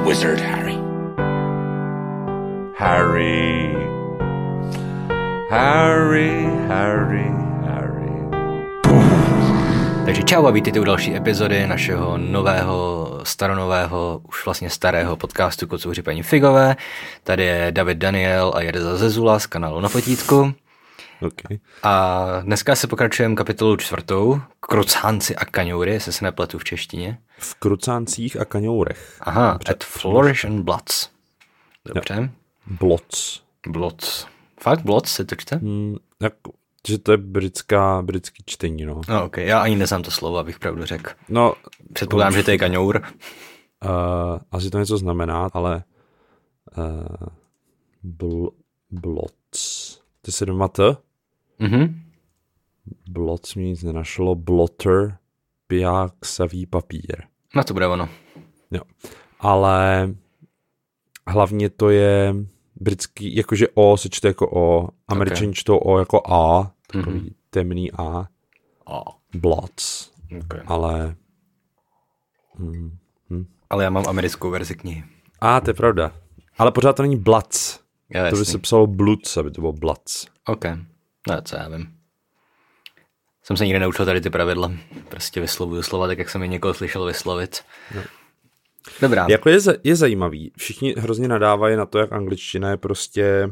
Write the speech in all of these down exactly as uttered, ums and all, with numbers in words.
wizard, Harry. Harry. Harry, Harry, Harry. Takže čau a vítejte u další epizody našeho nového, staronového, už vlastně starého podcastu Kocouři paní Figové. Tady je David Daniel a Jerza Zezula z kanálu Na potítku. Okay. A dneska se pokračujeme kapitolu čtvrtou, Krucánci a kaňoury, jestli se nepletu v češtině. V Krucáncích a kaňourech. Aha, Dobře. At Flourish and Bloods. Dobře. Blots. Blots. Fakt Blots se to čte? Hmm, jako, že to je britská, britský čtení, no. No, ok, já ani neznám to slovo, abych pravdu řekl. No. Předpokládám, že to je kaňour. Uh, asi to něco znamená, ale uh, bl, blots. Ty se doma T? Mhm. Blots mi nic nenašlo. Blotter, piják, savý papír. No to bude ono. Jo. Ale hlavně to je britský, jakože O se čte jako O, Američani okay. čtou O jako A, takový mm-hmm. temný A. A. Blots. Okay. Ale... Hmm, hm. Ale já mám americkou verzi knihy. A, to je pravda. Ale pořád to není Bloods. Já, to by se psalo Bloods, aby to bylo Bloods. Ok. No, co já vím. Jsem se nikdy neučil tady ty pravidla. Prostě vyslovuju slova tak, jak jsem je někoho slyšel vyslovit. No. Dobrá. Jako je, je zajímavý. Všichni hrozně nadávají na to, jak angličtina je prostě...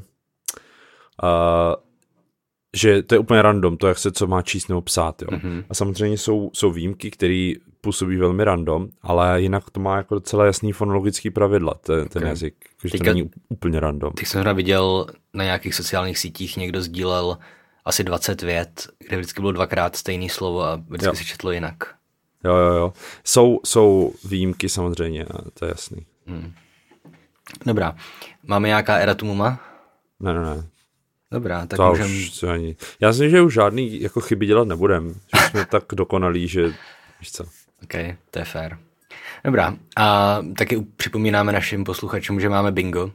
Uh, že to je úplně random, to, jak se co má číst nebo psát. Jo. Mm-hmm. A samozřejmě jsou, jsou výjimky, které působí velmi random, ale jinak to má jako docela jasný fonologický pravidla, ten, ten okay. jazyk. Že to není úplně random. Teď jsem hra viděl na nějakých sociálních sítích, někdo sdílel asi dvacet vět, kde vždycky bylo dvakrát stejné slovo a vždycky jo. se četlo jinak. Jo, jo, jo. Jsou, jsou výjimky samozřejmě, to je jasný. Hmm. Dobrá. Máme nějaká eratumuma? Ne, ne, ne. Dobrá, tak to můžeme... Ani... Já myslím, že už žádný jako chyby dělat nebudem. Že jsme tak dokonalí, že víš co. Ok, to je fér. Dobrá, a taky připomínáme našim posluchačům, že máme bingo,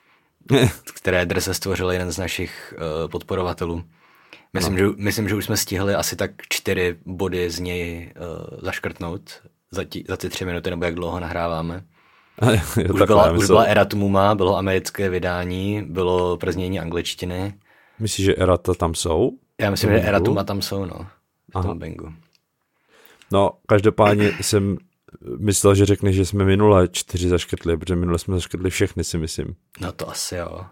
které drze stvořil jeden z našich uh, podporovatelů. Myslím, no. že, myslím, že už jsme stihli asi tak čtyři body z něj uh, zaškrtnout za, tí, za ty tři minuty, nebo jak dlouho nahráváme. jo, už, byla, už byla Eratumuma, bylo americké vydání, bylo prznění angličtiny. Myslíš, že erata tam jsou? Já myslím, že eratuma tam jsou, no. V tom bingu. No, každopádně jsem myslel, že řekneš, že jsme minule čtyři zaškrtli, protože minule jsme zaškrtli všechny, si myslím. No to asi jo.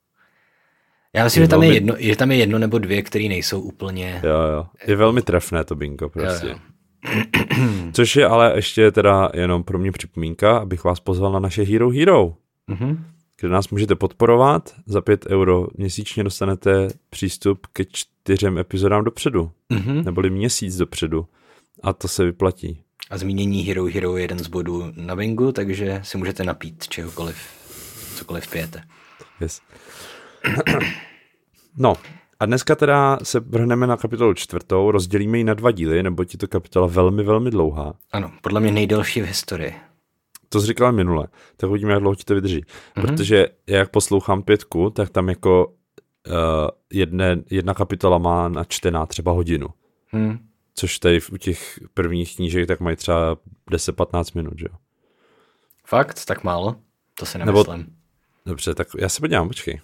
Já myslím, je že, tam velmi... je jedno, že tam je jedno nebo dvě, které nejsou úplně... Jo, jo. Je velmi trefné to bingo prostě. Jo, jo. Což je ale ještě teda jenom pro mě připomínka, abych vás pozval na naše Hero Hero, mm-hmm. kde nás můžete podporovat. Za pět euro měsíčně dostanete přístup ke čtyřem epizodám dopředu. Mm-hmm. Neboli měsíc dopředu. A to se vyplatí. A zmínění Hero Hero je jeden z bodů na bingu, takže si můžete napít čehokoliv, cokoliv pijete. Yes. No, a dneska teda se vrhneme na kapitolu čtvrtou, rozdělíme ji na dva díly, nebo je to kapitola velmi, velmi dlouhá. Ano, podle mě nejdelší v historii. To jsi říkala minule, tak uvidíme, jak dlouho ti to vydrží. Mm-hmm. Protože jak poslouchám pětku, tak tam jako uh, jedne, jedna kapitola má načtená třeba hodinu. Mm. Což tady u těch prvních knížek tak mají třeba deset patnáct minut, že jo? Fakt? Tak málo? To si nemyslím. Nebo, dobře, tak já se podívám, počkej.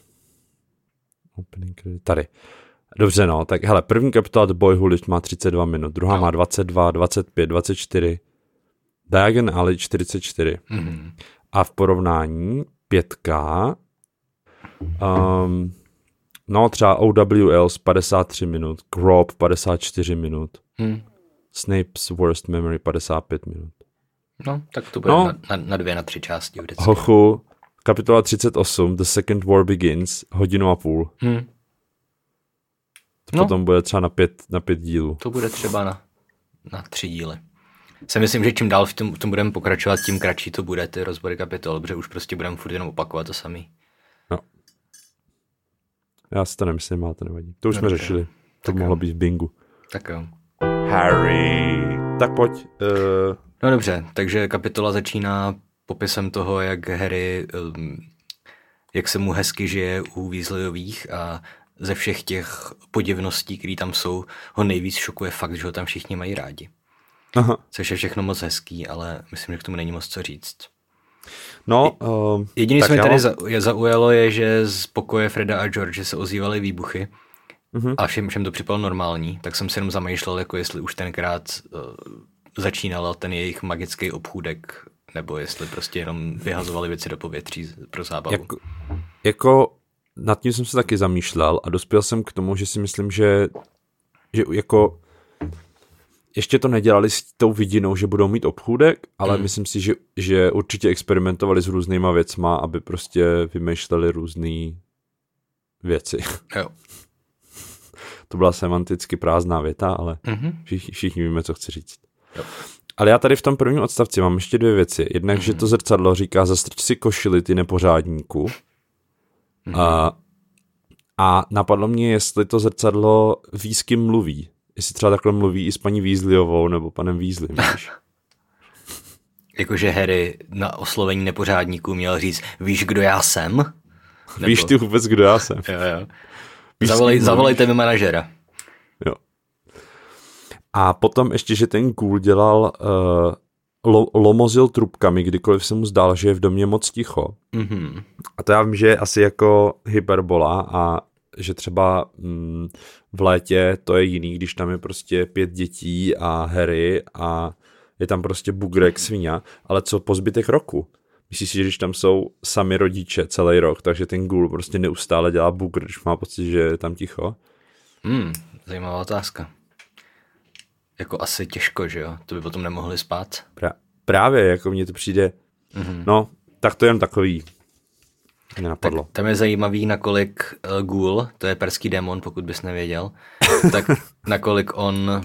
Tady. Dobře, no, tak hele, první kapitola The Boy Who Lived má třicet dva minut, druhá no. má dvacet dva, dvacet pět, dvacet čtyři, Diagon Alley čtyřicet čtyři. Mm-hmm. A v porovnání pětka, um, no třeba O W L padesát tři minut, Grob padesát čtyři minut, mm. Snape's Worst Memory padesát pět minut. No, tak to bude no. na, na, na dvě, na tři části vždycky. Hochu, kapitola třicet osm, The Second War Begins, hodinu a půl. Hmm. To no. potom bude třeba na pět, na pět dílů. To bude třeba na, na tři díly. Si myslím, že čím dál v tom, v tom budeme pokračovat, tím kratší to bude ty rozbory kapitol, protože už prostě budeme furt jenom opakovat to samý. No. Já si to nemyslím, ale to nevadí. To už no, jsme dobře. řešili. To tak mohlo jo. být v bingu. Tak jo. Harry. Tak pojď. Uh... No dobře, takže kapitola začíná popisem toho, jak Harry, um, jak se mu hezky žije u Weasleyových a ze všech těch podivností, které tam jsou, ho nejvíc šokuje fakt, že ho tam všichni mají rádi. Aha. Což je všechno moc hezký, ale myslím, že k tomu není moc co říct. No, uh, jediný, co mi já tady mám... za, je, zaujalo, je, že z pokoje Freda a George se ozývaly výbuchy mm-hmm. a všem, všem to připadlo normální, tak jsem si jenom zamýšlel, jako jestli už tenkrát uh, začínal ten jejich magický obchůdek, nebo jestli prostě jenom vyhazovali věci do povětří pro zábavu. Jako, jako nad tím jsem se taky zamýšlel a dospěl jsem k tomu, že si myslím, že, že jako ještě to nedělali s tou vidinou, že budou mít obchůdek, ale mm. myslím si, že, že určitě experimentovali s různýma věcma, aby prostě vymýšleli různé věci. Jo. To byla semanticky prázdná věta, ale mm-hmm. všichni, všichni víme, co chci říct. Jo. Ale já tady v tom prvním odstavci mám ještě dvě věci. Jednak, mm-hmm. že to zrcadlo říká zastrč si košili, ty nepořádníku. Mm-hmm. A, a napadlo mě, jestli to zrcadlo ví, s kým mluví. Jestli třeba takhle mluví i s paní Weasleyovou nebo panem Weasley, víš? Jakože Harry na oslovení nepořádníků měl říct, víš, kdo já jsem? Nebo... Víš ty vůbec, kdo já jsem? Jo, jo. Zavolej, zavolejte mi manažera. Jo. A potom ještě, že ten Ghoul dělal, uh, lo, lomozil trubkami, kdykoliv se mu zdál, že je v domě moc ticho. Mm-hmm. A to já vím, že je asi jako hyperbola a že třeba mm, v létě to je jiný, když tam je prostě pět dětí a Harry a je tam prostě bugrek, svině, ale co po zbytek roku? Myslíš si, že když tam jsou sami rodiče celý rok, takže ten Ghoul prostě neustále dělá bugr, když má pocit, že je tam ticho? Hmm, zajímavá otázka. Jako asi těžko, že jo? To by potom nemohli spát. Pra- právě, jako mně to přijde, mm-hmm. no, tak to je jen takový, nenapadlo. Tak tam je zajímavý, nakolik uh, Ghoul, to je perský démon, pokud bys nevěděl, tak nakolik on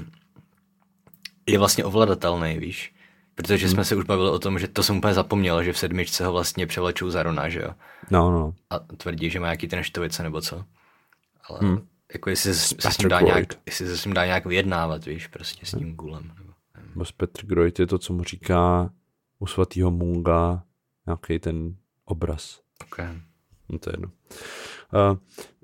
je vlastně ovladatelný, víš? Protože jsme se už bavili o tom, že to jsem úplně zapomněl, že v sedmičce ho vlastně převlečou za Rona, že jo? No, no. A tvrdí, že má nějaký ty neštovice nebo co. Ale hmm. jako jestli se, se s ním dá nějak, jestli se s ním dá nějak vyjednávat, víš, prostě s tím hmm. Ghoulem. Nebo, nebo Petr Groit je to, co mu říká u svatýho Munga, nějaký ten obraz. Okay. No to je jedno. Uh,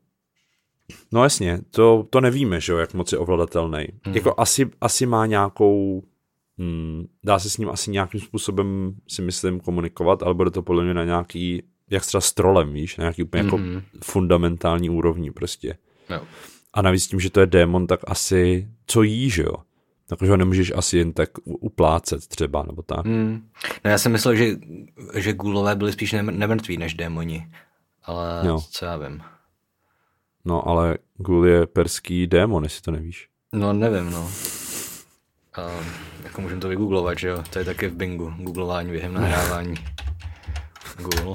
no jasně, to, to nevíme, že jo, jak moc je ovladatelný. Hmm. Jako asi, asi má nějakou, hmm, dá se s ním asi nějakým způsobem, si myslím, komunikovat, ale bude to podle mě na nějaký, jak třeba s trolem, víš, na nějaký úplně hmm. jako fundamentální úrovni prostě. No. A navíc tím, že to je démon, tak asi co jí, že jo? Takže ho nemůžeš asi jen tak uplácet třeba, nebo tak. Hmm. No já jsem myslel, že, že Ghoulové byli spíš nemrtví než démoni. Ale jo. Co já vím. No ale Ghoul je perský démon, jestli to nevíš. No nevím, no. A, jako můžeme to vygooglovat, že jo? To je taky v Bingu. Googlování během nahrávání. Ghoul.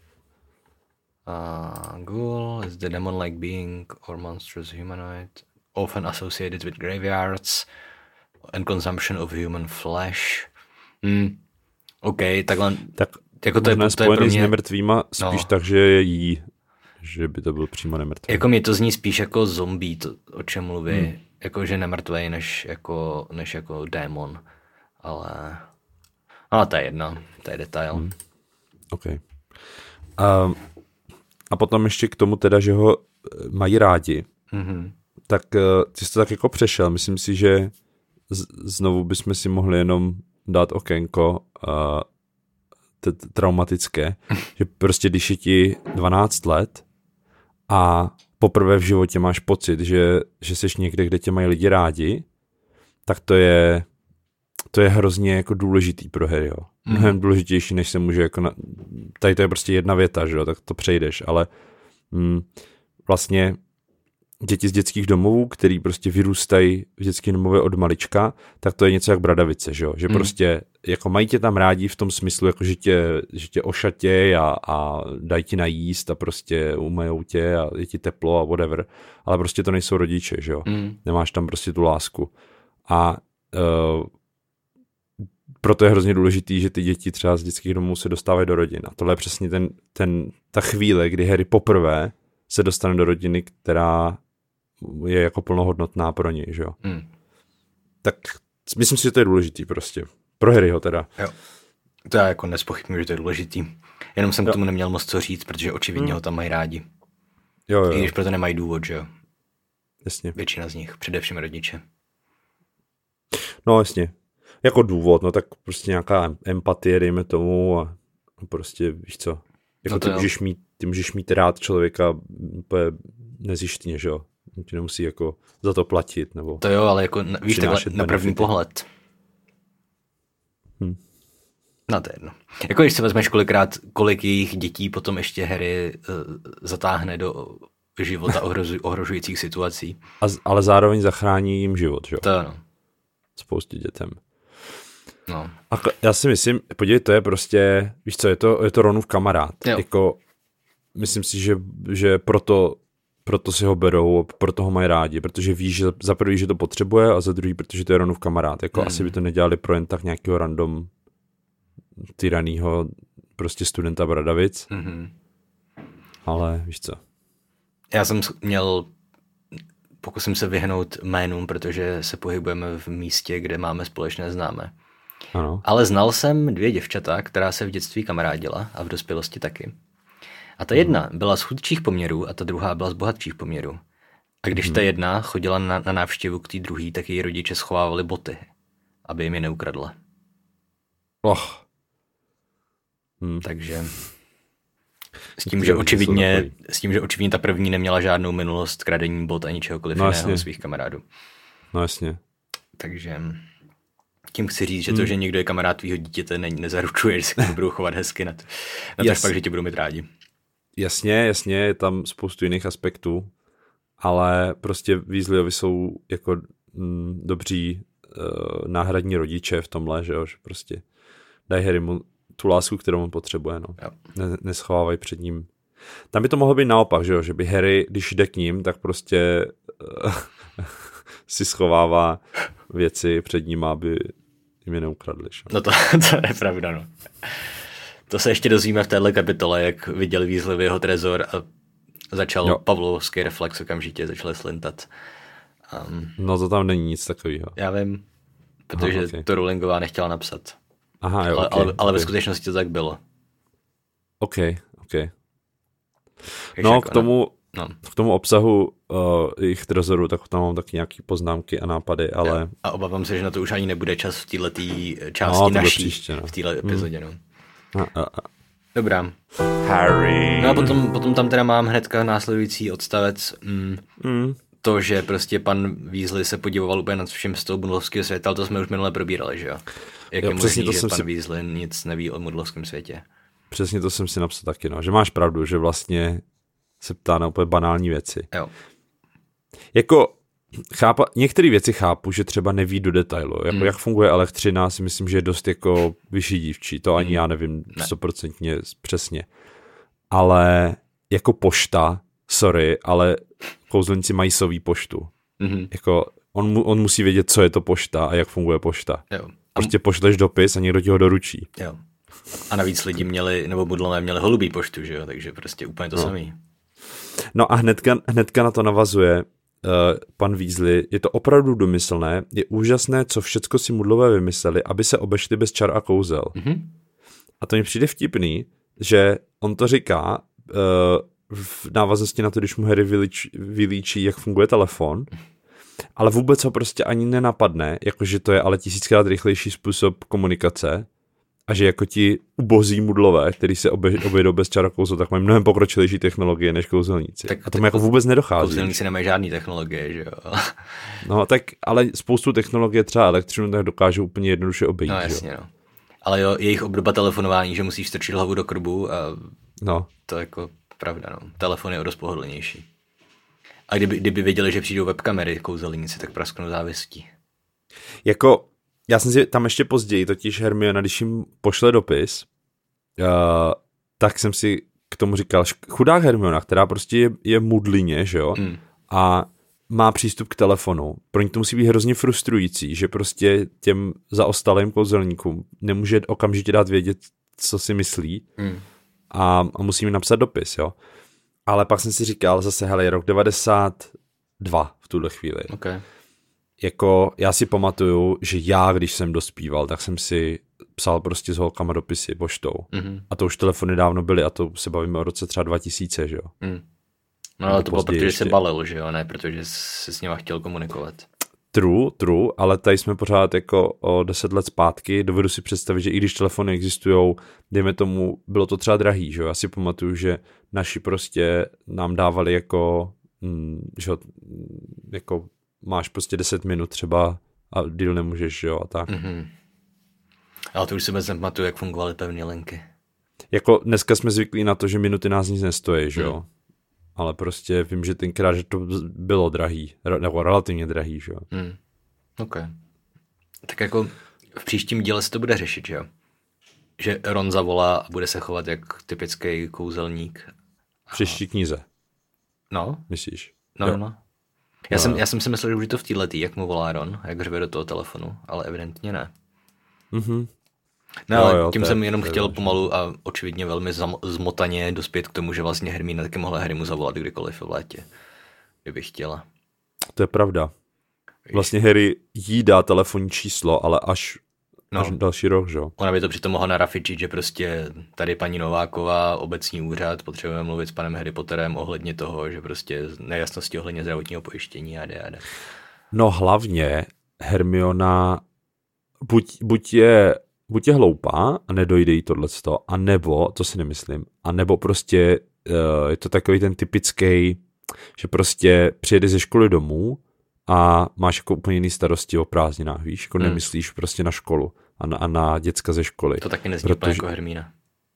Uh, Ghoul is the demon-like being or monstrous humanoid often associated with graveyards and consumption of human flesh. Hmm. OK, takhle... Tak jako to je, to je pro mě... s nemrtvýma spíš no. tak, že je jí, že by to byl přímo nemrtvý. Jako mě to zní spíš jako zombie, to, o čem mluví. Hmm. Jako, že nemrtvej, než jako, než jako démon. Ale... Ale to je jedno, to je detail. Hmm. OK. Um, a potom ještě k tomu teda, že ho mají rádi. Mm-hmm. Tak ty jsi to tak jako přešel. Myslím si, že z- znovu bychom si mohli jenom dát okénko uh, t- traumatické, že prostě když je ti dvanáct let a poprvé v životě máš pocit, že, že jsi někde, kde tě mají lidi rádi, tak to je to je hrozně jako důležitý pro Harryho. Mnohem mm. důležitější, než se může jako na... Tady to je prostě jedna věta, že jo, tak to přejdeš, ale mm, vlastně děti z dětských domovů, který prostě vyrůstají v dětských domově od malička, tak to je něco jak bradavice, že jo, že mm. prostě jako mají tě tam rádi v tom smyslu, jako že tě, že tě ošatěj a, a dají ti najíst a prostě umejou tě a je ti teplo a whatever, ale prostě to nejsou rodiče, že jo, mm. nemáš tam prostě tu lásku. A uh, proto je hrozně důležitý, že ty děti třeba z dětských domů se dostávají do rodin. A tohle je přesně ten, ten, ta chvíle, kdy Harry poprvé se dostane do rodiny, která je jako plnohodnotná pro něj, že jo. Hmm. Tak myslím si, že to je důležitý prostě. Pro Harryho teda. Jo. To já jako nespochybnuju, že to je důležitý. Jenom jsem jo. k tomu neměl moc co říct, protože očividně hmm. ho tam mají rádi. Jo, jo. I když proto nemají důvod, že jo. Jasně. Většina z nich, především rodiče. No jasně. Jako důvod, no tak prostě nějaká empatie, dejme tomu, a, prostě víš co, jako No ty, můžeš mít, ty můžeš mít rád člověka úplně nezištně, že jo, ti nemusí jako za to platit, nebo... To jo, ale jako, víš, takhle na první benefity. pohled. Hm. No to je jedno. Jako když si vezmeš kolikrát, kolik jejich dětí potom ještě Harry uh, zatáhne do života ohrožu, ohrožujících situací. A, ale zároveň zachrání jim život, že jo? To ano. Spoustě dětem. No. A já si myslím, podívej, to je prostě, víš co, je to, je to Ronův kamarád. Jo. Jako, myslím si, že, že proto, proto si ho berou, proto ho mají rádi, protože ví, že za prvý, že to potřebuje a za druhý, protože to je Ronův kamarád. Jako hmm. asi by to nedělali pro jen tak nějakého random tyranýho prostě studenta Bradavic. Mm-hmm. Ale víš co. Já jsem měl, pokusím se vyhnout jménům, protože se pohybujeme v místě, kde máme společné známé. Ano. Ale znal jsem dvě děvčata, která se v dětství kamarádila a v dospělosti taky. A ta jedna byla z chudších poměrů a ta druhá byla z bohatších poměrů. A když ta jedna chodila na, na návštěvu k té druhé, tak její rodiče schovávali boty, aby jim je neukradla. Oh. Hmm. Takže s tím, že očividně, s tím, že očividně ta první neměla žádnou minulost kradení bot ani čehokoliv no, jiného svých kamarádů. No jasně. Takže tím chci říct, že to, hmm. že někdo je kamarád tvýho dítěte, ne, nezaručuje, že se k tomu budou chovat hezky na to. Na to Yes. pak, že tě budou mít rádi. Jasně, jasně, je tam spoustu jiných aspektů, ale prostě Weasleyovi jsou jako mm, dobří uh, náhradní rodiče v tomhle, že jo, že prostě dají Harrymu tu lásku, kterou on potřebuje, no. Ne, neschovávají před ním. Tam by to mohlo být naopak, že jo, že by Harry, když jde k ním, tak prostě uh, si schovává věci před ním, aby jim je neukradli. Že? No to, to je pravda, no. To se ještě dozvíme v téhle kapitole, jak viděl Weasley jeho trezor a začal jo. Pavlovský reflex okamžitě, začal slintat. Um, no to tam není nic takového. Já vím, protože Aha, okay. to Rowlingová nechtěla napsat. Aha, jo, ale, okay, ale, ale okay. ve skutečnosti to tak bylo. OK, OK. No, jako, k tomu, no. k tomu obsahu uh, jejich trezoru, tak tam mám taky nějaký poznámky a nápady, ale... Ja. A obávám se, že na to už ani nebude čas v této části no, naší, příště, no. v této epizodě, no. A, a, a. Dobrá. Harry. No a potom, potom tam teda mám hnedka následující odstavec. Mm, mm. To, že prostě pan Weasley se podíval úplně nad všem z toho mudlovského světa, ale to jsme už minule probírali, že jo? Jak jo, je možný, že pan si... Weasley nic neví o mudlovském světě. Přesně to jsem si napsal taky, no. Že máš pravdu, že vlastně se ptá na úplně banální věci. Jo. Jako, chápa, některé věci chápu, že třeba neví do detailu. Jako, mm. Jak funguje elektřina, si myslím, že je dost jako vyšší dívčí. To ani mm. já nevím stoprocentně přesně. Ale jako pošta, sorry, ale kouzelníci mají soví poštu. Mm-hmm. Jako, on, mu, on musí vědět, co je to pošta a jak funguje pošta. Jo. Prostě pošleš dopis a někdo ti ho doručí. Jo. A navíc lidi měli, nebo budlové měli holubí poštu, že jo? Takže prostě úplně to no. samý. No a hnedka, hnedka na to navazuje uh, pan Weasley. Je to opravdu domyslné. Je úžasné, co všecko si mudlové vymysleli, aby se obešli bez čar a kouzel. Mm-hmm. A to mi přijde vtipný, že on to říká uh, v návaznosti na to, když mu Harry vylíč, vylíčí, jak funguje telefon, ale vůbec ho prostě ani nenapadne, jakože to je ale tisíckrát rychlejší způsob komunikace a že jako ti ubozí mudlové, který se obě, obejdou bez čar a kouzel, tak mají mnohem pokročilejší technologie než kouzelníci. Tak, a tomu jako vůbec nedochází. Kouzelníci nemají žádný technologie, že jo? No tak, ale spoustu technologie, třeba elektřinu, tak dokážou úplně jednoduše obejít. No jasně, jo? No. Ale jo, jejich obdoba telefonování, že musíš strčit hlavu do krbu a no. To jako pravda, no. Telefon je o dost pohodlnější. A kdyby, kdyby věděli, že přijdou webkamery kouzelníci, tak prasknou závěstí. Jako, já jsem si tam ještě později, totiž Hermiona, když jim pošle dopis, uh, tak jsem si k tomu říkal, chudá Hermiona, která prostě je, je mudlině, že jo, mm. a má přístup k telefonu. Pro ní to musí být hrozně frustrující, že prostě těm zaostalým kouzelníkům nemůže okamžitě dát vědět, co si myslí mm. a, a musí mi napsat dopis, jo. Ale pak jsem si říkal zase, hele, je rok devadesát dva v tuhle chvíli. Okay. Jako, já si pamatuju, že já, když jsem dospíval, tak jsem si psal prostě s holkama dopisy poštou. Mm-hmm. A to už telefony dávno byly a to se bavíme o roce třeba dva tisíce, že jo. Mm. No ale to bylo, protože jsi balil, že jo, ne protože jsi s nima chtěl komunikovat. True, true, ale tady jsme pořád jako o deset let zpátky, dovedu si představit, že i když telefony existujou, dejme tomu, bylo to třeba drahý, že jo, já si pamatuju, že naši prostě nám dávali jako, mm, že jo, jako máš prostě deset minut třeba a díl nemůžeš, jo, a tak. Mm-hmm. Ale to už si vůbec nepamatuju, jak fungovaly pevné linky. Jako dneska jsme zvyklí na to, že minuty nás nic nestojí, že jo. Hmm. Ale prostě vím, že tenkrát, že to bylo drahý, nebo relativně drahý, že jo. Hmm. OK. Tak jako v příštím díle se to bude řešit, že jo? Že Ron zavolá a bude se chovat jak typický kouzelník. V příští knize. No? Myslíš? No, jo. no. Já, no. Jsem, já jsem si myslel, že už je to v této, jak mu volá Ron, jak řve do toho telefonu, ale evidentně ne. Mhm. No, ale jo, jo, tím je, jsem jenom chtěl je, pomalu a očividně velmi zam, zmotaně dospět k tomu, že vlastně Hermína taky mohla Harrymu zavolat kdykoliv v létě, kdyby chtěla. To je pravda. Vlastně Harry jí dá telefonní číslo, ale až, no. až další rok, že jo? Ona by to přitom mohla narafičit, že prostě tady paní Nováková, obecní úřad, potřebujeme mluvit s panem Harry Potterem ohledně toho, že prostě nejasnosti ohledně zdravotního pojištění a jde. No hlavně Hermiona buď, buď je buď je hloupá a nedojde jí tohleto, a nebo, to si nemyslím, a nebo prostě uh, je to takový ten typický, že prostě přijede ze školy domů a máš jako úplně jiný starosti o prázdninách, víš, jako hmm. nemyslíš prostě na školu a na, a na děcka ze školy. To taky nezní protože, jako Hermína.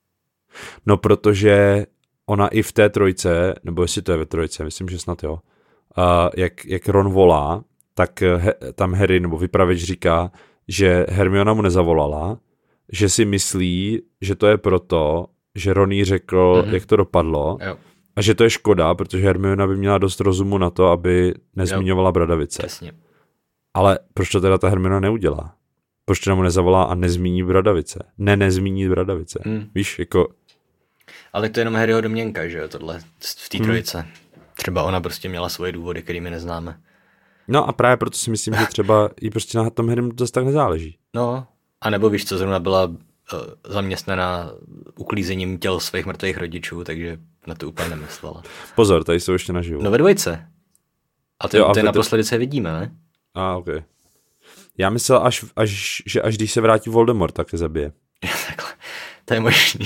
No, protože ona i v té trojce, nebo jestli to je ve trojce, myslím, že snad jo, uh, jak, jak Ron volá, tak he, tam Harry nebo vypravěč říká, že Hermiona mu nezavolala, že si myslí, že to je proto, že Ron jí řekl, mm-hmm. jak to dopadlo, jo. A že to je škoda, protože Hermiona by měla dost rozumu na to, aby nezmiňovala Bradavice. Přesně. Ale proč to teda ta Hermiona neudělá? Proč to mu nezavolá a nezmíní Bradavice? Ne, nezmíní Bradavice. Mm. Víš, jako... Ale to je jenom Harryho domněnka, že jo, tohle v té trojice. Mm. Třeba ona prostě měla svoje důvody, kterými neznáme. No a právě proto si myslím, že třeba jí prostě na tom Harrym dost tak nezáleží. No, a nebo víš co, zrovna byla uh, zaměstnaná uklízením těl svých mrtvých rodičů, takže na to úplně nemyslela. Pozor, tady jsou ještě naživu. No ve dvojce. A to, jo, a to je naposledy, co je vidíme, ne? A, ok. Já myslel, až, až, že až když se vrátí Voldemort, tak je zabije. Takhle, to je možný.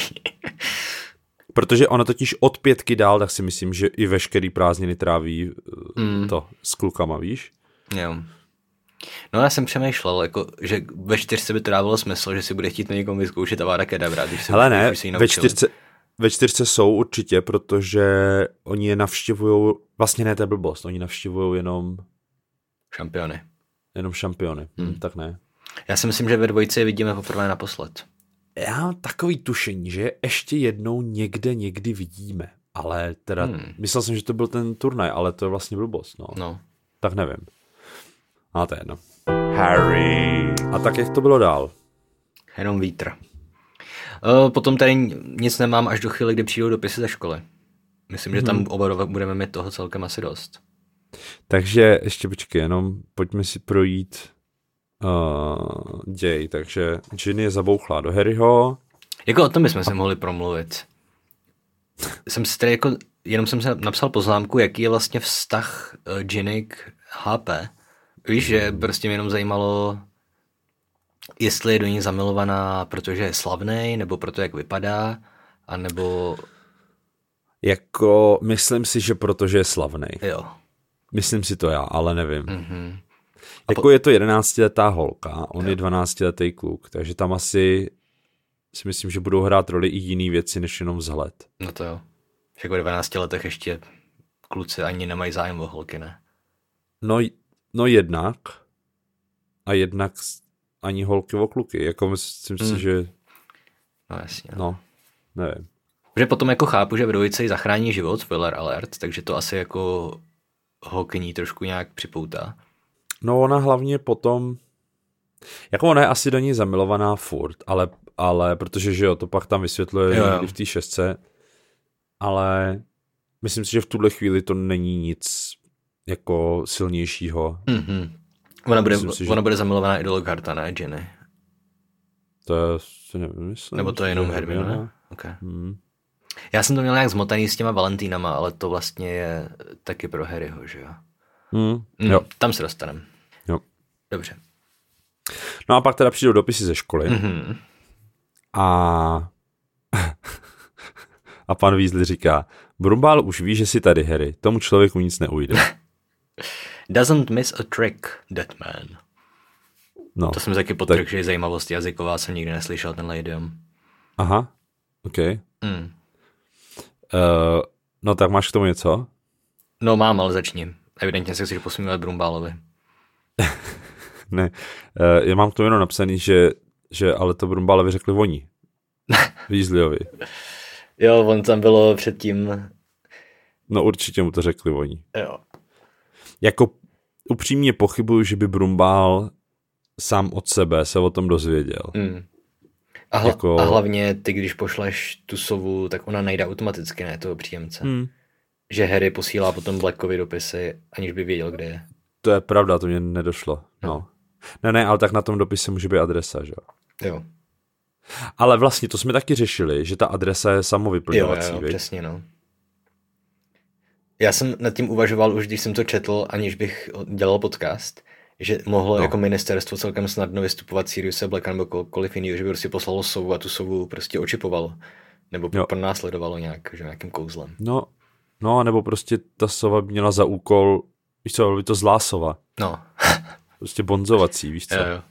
Protože ona totiž od pětky dál, tak si myslím, že i veškerý prázdniny tráví mm. to s klukama, víš? Jo. No já jsem přemýšlel, jako, že ve čtyřce by to dávalo smysl, že si bude chtít na někom vyzkoušet Avada Kedavra, když se Hele ne, už si ve čtyřce, ve čtyřce jsou určitě, protože oni je navštěvujou, vlastně ne, to je blbost, oni navštěvujou jenom... Šampiony. Jenom šampiony, hmm. tak ne. Já si myslím, že ve dvojce je vidíme poprvé naposled. Já mám takový tušení, že ještě jednou někde někdy vidíme, ale teda, hmm. myslel jsem, že to byl ten turnaj, ale to je vlastně blbost, no. no. Tak nevím. A to je jedno. Harry. A tak jak to bylo dál? Jenom vítr. Uh, potom tady nic nemám až do chvíli, kdy přijdou dopisy ze školy. Myslím, hmm. že tam oba budeme mít toho celkem asi dost. Takže ještě počkej, jenom pojďme si projít uh, děj. Takže Ginny je zabouchlá do Harryho. Jako o tom bychom se mohli promluvit. Jsem si tady jako, jenom jsem se napsal poznámku, jaký je vlastně vztah uh, Ginny k H P. Víš, že prostě mě jenom zajímalo, jestli je do ní zamilovaná, protože je slavnej, nebo proto, jak vypadá, anebo... Jako, myslím si, že protože je slavnej. Jo. Myslím si to já, ale nevím. Mm-hmm. Jako po... je to jedenáctiletá holka, on jo. je dvanáctiletý kluk, takže tam asi si myslím, že budou hrát roli i jiný věci, než jenom vzhled. No to jo. Však v dvanácti letech ještě kluci ani nemají zájem o holky, ne? No, no jednak. A jednak ani holky o kluky. Jako myslím hmm. si, že... No jasně. No, nevím. Že potom jako chápu, že v dvojici zachrání život, spoiler alert, takže to asi jako ho k ní trošku nějak připoutá. No ona hlavně potom... Jako ona je asi do ní zamilovaná furt, ale, ale protože, že jo, to pak tam vysvětluje jo, jo. v té šestce, ale myslím si, že v tuhle chvíli to není nic jako silnějšího. Mm-hmm. Ona, bude, si, ona že... bude zamilovaná i do Lockharta, ne, Ginny? To si nemyslím. Nebo to je jenom Hermiona? Ne? Okay. Hmm. Já jsem to měl nějak zmotaný s těma Valentínama, ale to vlastně je taky pro Harryho, že jo? Hmm. Mm, jo. Tam se dostaneme. Jo. Dobře. No a pak teda přijdou dopisy ze školy. Mm-hmm. A... a pan Weasley říká, Brumbál už ví, že jsi tady, Harry. Tomu člověku nic neujde. Doesn't miss a trick, that man. No, To jsem taky potrhl, tak... že je zajímavost jazyková, jsem nikdy neslyšel tenhle idiom. Aha, ok. Mm. Uh, no tak máš k tomu něco? No mám, ale začni. Evidentně se chceš posmívat Brumbálovi. Ne, uh, já mám k tomu jenom napsaný, že, že ale to Brumbálovi řekli oni. Weasleyovi. Jo, on tam bylo předtím... No určitě mu to řekli oni. Jo. Jako upřímně pochybuju, že by Brumbál sám od sebe se o tom dozvěděl. Mm. A, hla- Jako- a hlavně ty, když pošleš tu sovu, tak ona najde automaticky, ne, toho příjemce. Hmm. Že Harry posílá potom Blackovi dopisy, aniž by věděl, kde je. To je pravda, to mě nedošlo. No. Ne, ne, ale tak na tom dopise může být adresa, že jo. Jo. Ale vlastně to jsme taky řešili, že ta adresa je Jo, samovyplňovací, jo, viď? přesně, no. Já jsem nad tím uvažoval už, když jsem to četl, aniž bych dělal podcast, že mohlo No. jako ministerstvo celkem snadno vystupovat Siriuse Blacka nebo kohokoliv jiného, že by prostě poslalo sovu a tu sovu prostě očipovalo. Nebo Jo. pronásledovalo nějak, že nějakým kouzlem. No, no, nebo prostě ta sova měla za úkol, víš co, by to zlá sova. No. Prostě bonzovací, víš co. Jo, jo.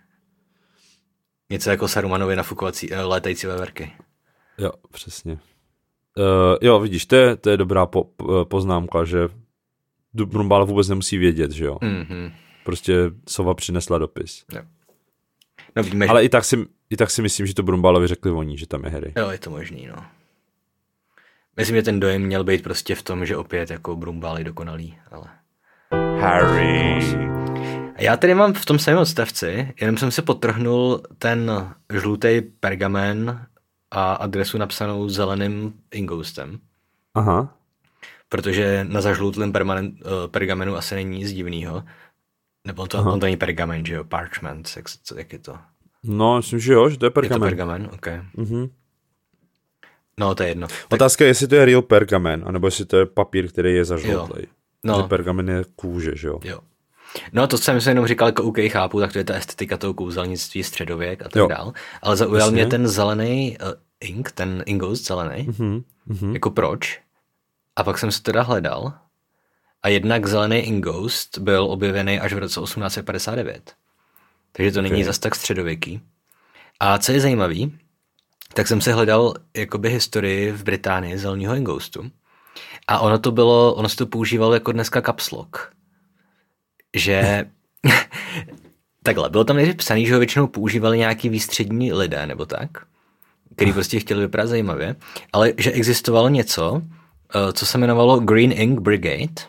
Něco jako Sarumanovi nafukovací, eh, létající veverky. Jo, přesně. Uh, jo, vidíš, to je, to je dobrá po, po, poznámka, že Brumbál vůbec nemusí vědět, že jo. Mm-hmm. Prostě sova přinesla dopis. Jo. No víme, Ale že... i tak, si, i tak si myslím, že to Brumbálovi řekli oni, že tam je Harry. Jo, je to možný, no. Myslím, že ten dojem měl být prostě v tom, že opět jako Brumbál je dokonalý, ale... Harry. A já tady mám v tom samém odstavci, jenom jsem si podtrhnul ten žlutý pergamen a adresu napsanou zeleným ingoustem, Aha. protože na zažlutlém permanent, uh, pergamenu asi není nic divného. Nebo to, on to není pergamen, že jo? Parchment, jak, co, jak je to? No, myslím, že jo, že to je pergamen. Je to pergamen, ok. Mhm. No, to je jedno. Tak, Otázka je, jestli to je real pergamen, anebo jestli to je papír, který je zažloutlej. No. Že pergamen je kůže, že jo? jo. No to, co jsem si jenom říkal, jako OK, chápu, tak to je ta estetika toho kouzelnictví, středověk a tak Jo. dál. Ale zaujal Jasně. mě ten zelený uh, ink, ten ingoust zelený. Mhm. Mhm. Jako proč? A pak jsem se teda hledal a jednak zelený ingoust byl objevený až v roce osmnáct set padesát devět. Takže to okay. není zas tak středověký. A co je zajímavý, tak jsem si hledal jakoby historii v Británii zeleného ingoustu. A ono to bylo, ono se to používalo jako dneska caps lock. Že takhle, bylo tam nejdřív psaný, že ho většinou používali nějaký výstřední lidé nebo tak, který prostě chtěli vypadat zajímavě, ale že existovalo něco, co se jmenovalo Green Ink Brigade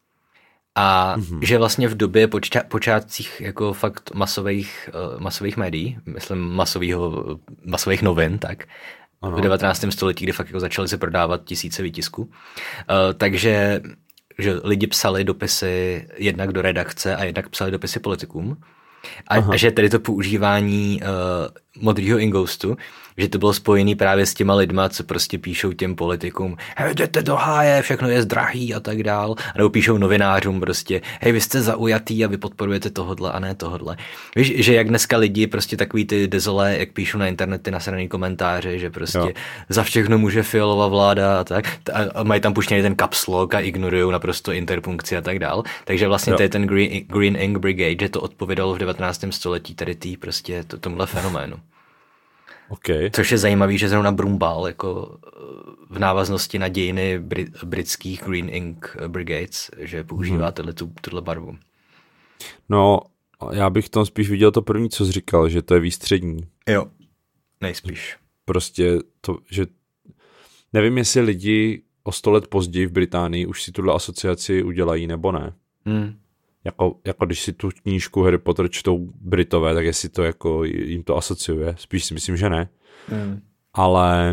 a mm-hmm. že vlastně v době poča- počátcích jako fakt masových, uh, masových médií, myslím masovýho, masových novin, tak ano. V devatenáctém století, kdy fakt jako začaly se prodávat tisíce výtisků, uh, takže že lidi psali dopisy jednak do redakce a jednak psali dopisy politikům. A, a že tedy to používání uh, modrýho ingoustu, že to bylo spojený právě s těma lidma, co prostě píšou těm politikům, hej, jdete do háje, všechno je drahý a tak dál. A nebo píšou novinářům prostě, hej, vy jste zaujatý a vy podporujete tohodle a ne tohodle. Víš, že jak dneska lidi prostě takový ty dezolé, jak píšou na internety nasraný komentáře, že prostě jo. za všechno může Fialová vláda a tak. A mají tam puštěný ten caps lock a ignorujou naprosto interpunkci a tak dál. Takže vlastně to je ten Green, Green Ink Brigade, že to odpovědalo v devatenáctém století tady tý prostě to, tomuhle fenoménu. Okay. Což je zajímavý, že zrovna Brumbál jako v návaznosti na dějiny brit, britských Green Ink Brigades, že používá hmm. tyhle, tu, tuhle barvu. No, já bych tam spíš viděl to první, co jsi říkal, že to je výstřední. Jo, nejspíš. Prostě to, že nevím, jestli lidi o sto let později v Británii už si tuhle asociaci udělají nebo ne. Hmm. Jako, jako když si tu knížku Harry Potter čtou Britové, tak jestli to jako jim to asociuje. Spíš si myslím, že ne. Hmm. Ale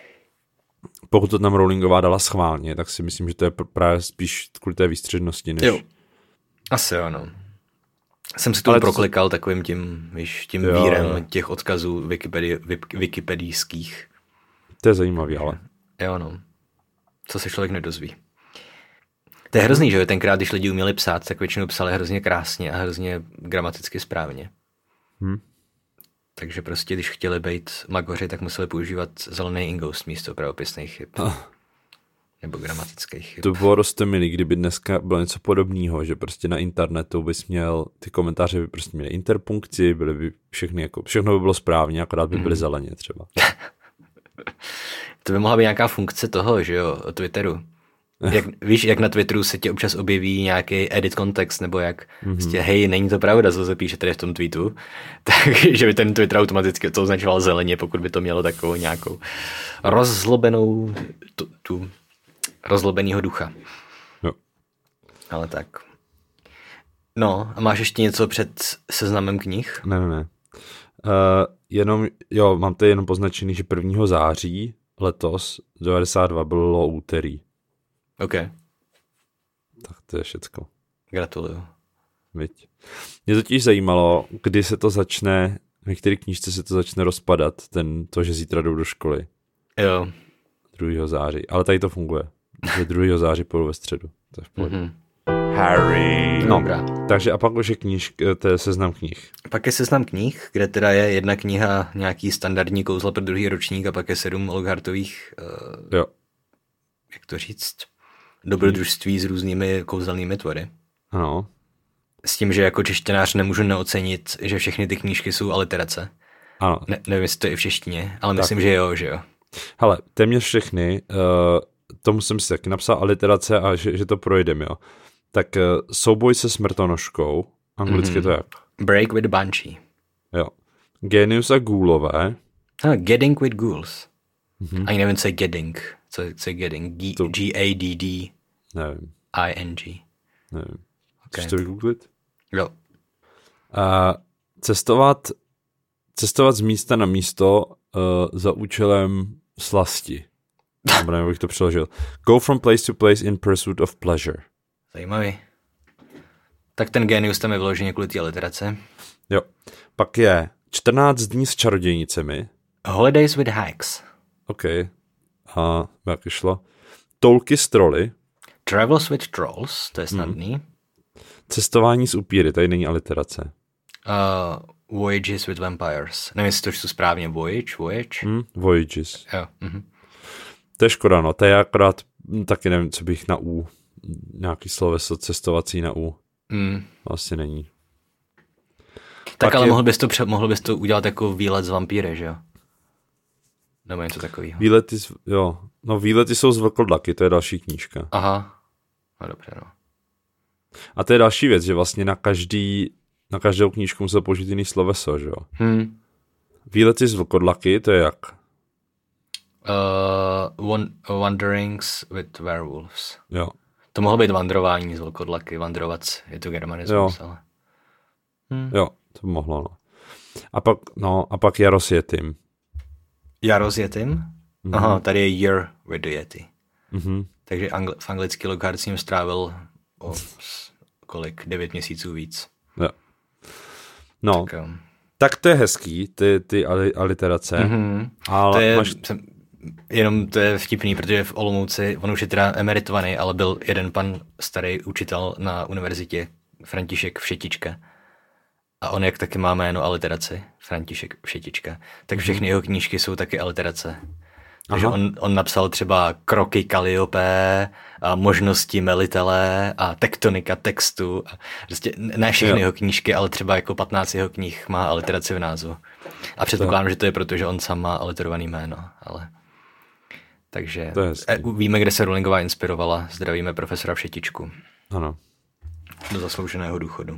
pokud to tam Rowlingová dala schválně, tak si myslím, že to je právě spíš kvůli té výstřednosti. Než... Jo. Asi jo, no. Jsem si to proklikal to... takovým tím, víš, tím jo, vírem jo. těch odkazů Wikipedi... wikipedijských. To je zajímavý, ale. Jo, no. Co se člověk nedozví. To je hrozný, že jo? Tenkrát, když lidi uměli psát, tak většinou psali hrozně krásně a hrozně gramaticky správně. Hmm. Takže prostě, když chtěli být magoři, tak museli používat zelený ingoust místo pravopisných chyb. Oh. Nebo gramatických chyb. To bylo dost milý, kdyby dneska bylo něco podobného, že prostě na internetu bys měl, ty komentáře by prostě měly interpunkci, byly by všechny jako, všechno by bylo správně, akorát by byly hmm. zeleně třeba. To by mohla být nějaká funkce toho, že jo, Twitteru. Jak, víš, jak na Twitteru se ti občas objeví nějaký edit kontext, nebo jak mm-hmm. prostě, hej, není to pravda, co se píše tady v tom tweetu, takže by ten Twitter automaticky to označoval zeleně, pokud by to mělo takovou nějakou rozzlobenou, tu, tu rozzlobenýho ducha. Jo. Ale tak. No, a máš ještě něco před seznamem knih? Ne, ne, ne. Uh, jenom, jo, mám tady jenom poznačený, že prvního září letos devadesát dva bylo úterý. OK. Tak to je všecko. Gratuluju. Viď. Mě totiž zajímalo, kdy se to začne, v některé knížce se to začne rozpadat, ten, to, že zítra jdou do školy. Jo. druhého září. Ale tady to funguje. Že druhého září půjdu ve středu. To je v pohodě. Mm-hmm. Harry. No, takže a pak už je kníž, to je seznam knih. Pak je seznam knih, kde teda je jedna kniha, nějaký standardní kouzla pro druhý ročník a pak je sedm Lockhartových, uh, jo. jak to říct, dobrodružství s různými kouzelnými tvory. Ano. S tím, že jako češtěnář nemůžu neocenit, že všechny ty knížky jsou aliterace. Ano. Ne, nevím, jestli to je i v češtině, ale tak. myslím, že jo, že jo. Hele, téměř všechny, uh, tomu jsem si taky napsal aliterace a že, že to projdeme, jo. Tak uh, Souboj se smrtonožkou, anglicky mm-hmm. to jak? Break with Banshee. Jo. Genius a gůlové. Ah, Getting with Ghouls. Mm-hmm. Ani nevím, co je Getting. Co, co je Getting? G- to... G A D D. Nevím. I N G. Nevím. Okay. Chceš to vygooglit? Jo. Uh, cestovat, cestovat z místa na místo uh, za účelem slasti. Nebo nevím, bych to přeložil. Go from place to place in pursuit of pleasure. Zajímavý. Tak ten Genius tam je vyloženě kvůli té literace. Jo. Pak je čtrnáct dní s čarodějnicemi. Holidays with Hacks. OK. A jak šlo? Toulky s troly. Travels with Trolls, to je snadný. Hmm. Cestování s upíry, tady není aliterace. Uh, voyages with Vampires. Nevím, jestli to jsou správně. Voyage? Voyage? Hmm, voyages. Jo. Mm-hmm. To je škoda, no. To je akorát, taky nevím, co bych na U. Nějaký sloveso cestovací na U. Mm. Vlastně není. Tak Pak ale je... mohl bys, to, mohl bys to udělat jako výlet z vampíry, že jo? Nebo něco takového. Výlety, jo. No výlety jsou z vlkodlaky, to je další knížka. Aha. No dobře, no. A to je další věc, že vlastně na každý, na každou knížku musel použít jiný sloveso, že jo? Hmm. Výlety z vlkodlaky, to je jak? Uh, one, Wanderings with Werewolves. Jo. To mohlo být vandrování z vlkodlaky, vandrovat, je to germanismus, ale... Hmm. Jo, to by mohlo, no. A pak, no, a pak Jaro s Yetim. Jaro s Yetim? Mm-hmm. Aha, tady je Year with the Yeti. Mm-hmm. Takže angl- v anglicky Lockhart s ním strávil o kolik? Devět měsíců víc. Jo. No, tak, um... tak to je hezký, ty, ty aliterace. Mm-hmm. Ale to je, máš... jsem, jenom to je vtipný, protože v Olomouci, on už je teda emeritovaný, ale byl jeden pan starý učitel na univerzitě, František Všetička. A on jak taky má jméno aliteraci, František Všetička, tak všechny jeho knížky jsou taky aliterace. Takže on, on napsal třeba Kroky Kalliope a Možnosti Melitele a Tektonika textu. A prostě ne všechny jo. jeho knížky, ale třeba jako patnáct jeho knih má aliteraci v názvu. A předpokládám, to. že to je proto, že on sám má aliterovaný jméno. Ale... Takže víme, kde se Rowlingová inspirovala. Zdravíme profesora Všetičku. Ano. Do zaslouženého důchodu.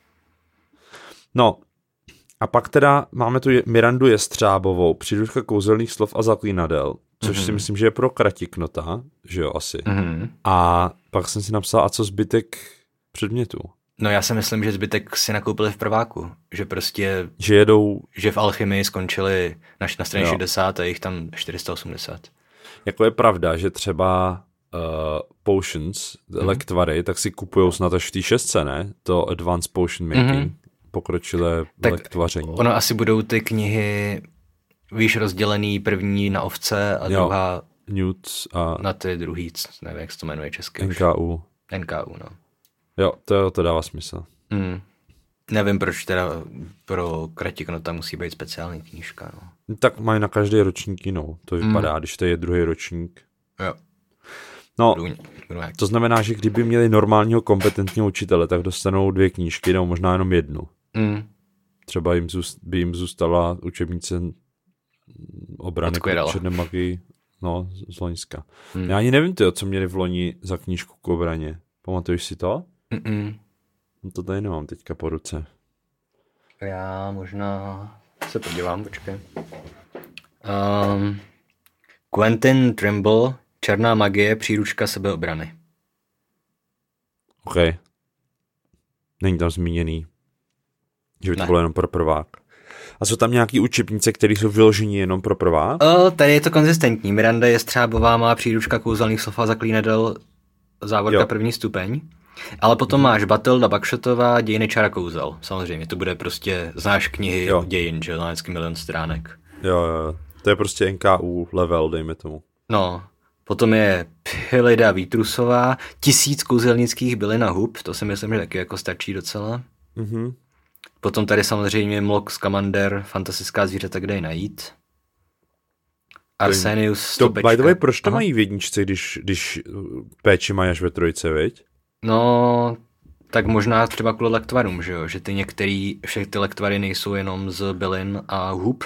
No, a pak teda máme tu Mirandu Jestřábovou, Příručka kouzelných slov a zaklínadel, což mm-hmm. si myslím, že je pro kratiknota, že jo, asi. Mm-hmm. A pak jsem si napsal, a co zbytek předmětů? No já si myslím, že zbytek si nakoupili v prváku, že prostě... Že jedou... Že v alchymii skončili na, na straně jo. šedesát a jich tam čtyři sta osmdesát. Jako je pravda, že třeba uh, potions, mm-hmm. lektvary, tak si kupujou snad až v té šestce, ne? To Advanced Potion Making. Mm-hmm. Pokročilé lektvaření. Ono asi budou ty knihy, víš, rozdělený první na ovce a jo, druhá Newt a na ty druhý, nevím, jak se to jmenuje česky. N K U. N K U, no. Jo, to, to dává smysl. Mm. Nevím, proč teda pro Kratiknota musí být speciální knížka, no. Tak mají na každý ročník jinou, to vypadá, mm. když to je druhý ročník. Jo. No, to znamená, že kdyby měli normálního kompetentního učitele, tak dostanou dvě knížky, nebo možná jenom jednu. Mm. Třeba jim zůst, by jim zůstala učebnice obrany před magii, no, z loňska. Mm. Já ani nevím, tyjo, co měli v loni za knížku k obraně. Pamatuješ si to? Mm-mm. No to tady nemám teďka po ruce. Já možná se podívám, počkej. Um, Quentin Trimble, Černá magie, příručka sebeobrany. OK. Není tam zmíněný, že by to ne. bylo jenom pro prvák. A jsou tam nějaký učebnice, které jsou vyložení jenom pro prvák? O, tady je to konzistentní. Miranda Jestřábová má příručka kouzelných slov a zaklínadel, závorka jo. první stupeň. Ale potom máš Batilda Bakšotová, Dějiny čara kouzel. Samozřejmě, to bude prostě, znáš knihy jo. dějin, že na vždycky milion stránek. Jo, jo, to je prostě N K U level, dejme tomu. No, potom je Philida Vítrusová, Tisíc kouzelnických bylin a hub, to si myslím, že taky jako stačí docela. Mhm. Potom tady samozřejmě Mlok Scamander, Fantastická zvířata, kde je najít. Arsenius Stopečka. To, by the way, proč to Aha. mají v jedničce, když, když péči mají až ve trojce, viď? No, tak možná třeba kvůli lektvarům, že jo? Že ty některý, všechny ty lektvary nejsou jenom z bylin a hub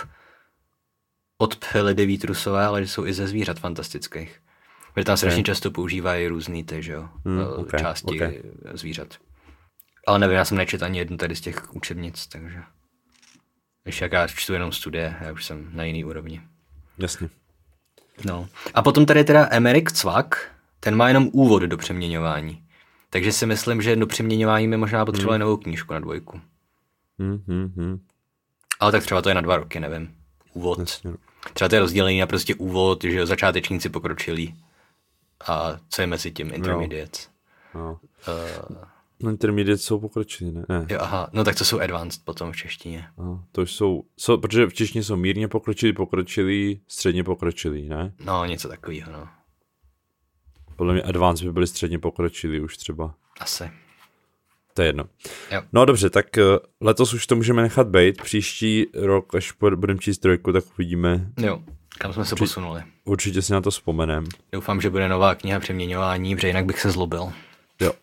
od Philidy Vítrusové, ale jsou i ze zvířat fantastických. Protože tam strašně okay. často používají různý ty, že jo? Mm, okay, části okay. zvířat. Ale nevím, já jsem nečetl ani jednu tady z těch učebnic, takže když jak já čtu jenom studie, já už jsem na jiný úrovni. Jasně. No. A potom tady teda Emerick Cvak, ten má jenom úvod do přeměňování. Takže si myslím, že do přeměňování mi možná potřebovali hmm. novou knížku na dvojku. Hmm, hmm, hmm. Ale tak třeba to je na dva roky, nevím. Úvod. Jasně. Třeba to je rozdělený na prostě úvod, že začátečníci pokročilí. A co je mezi tím intermediate. No. Uh, no intermediate jsou pokročilí, ne? ne. Jo, aha, no tak to jsou advanced potom v češtině. Aha, to jsou, jsou, protože v češtině jsou mírně pokročilí, pokročilí, středně pokročilí, ne? No, něco takového, no. Podle mě advanced by byli středně pokročilí už třeba. Asi. To je jedno. Jo. No dobře, tak letos už to můžeme nechat bejt. Příští rok, až budeme číst trojku, tak uvidíme. Jo, kam jsme se Určitě, posunuli. Určitě si na to vzpomenem. Doufám, že bude nová kniha přeměňování, protože jinak bych se zlobil. Jo.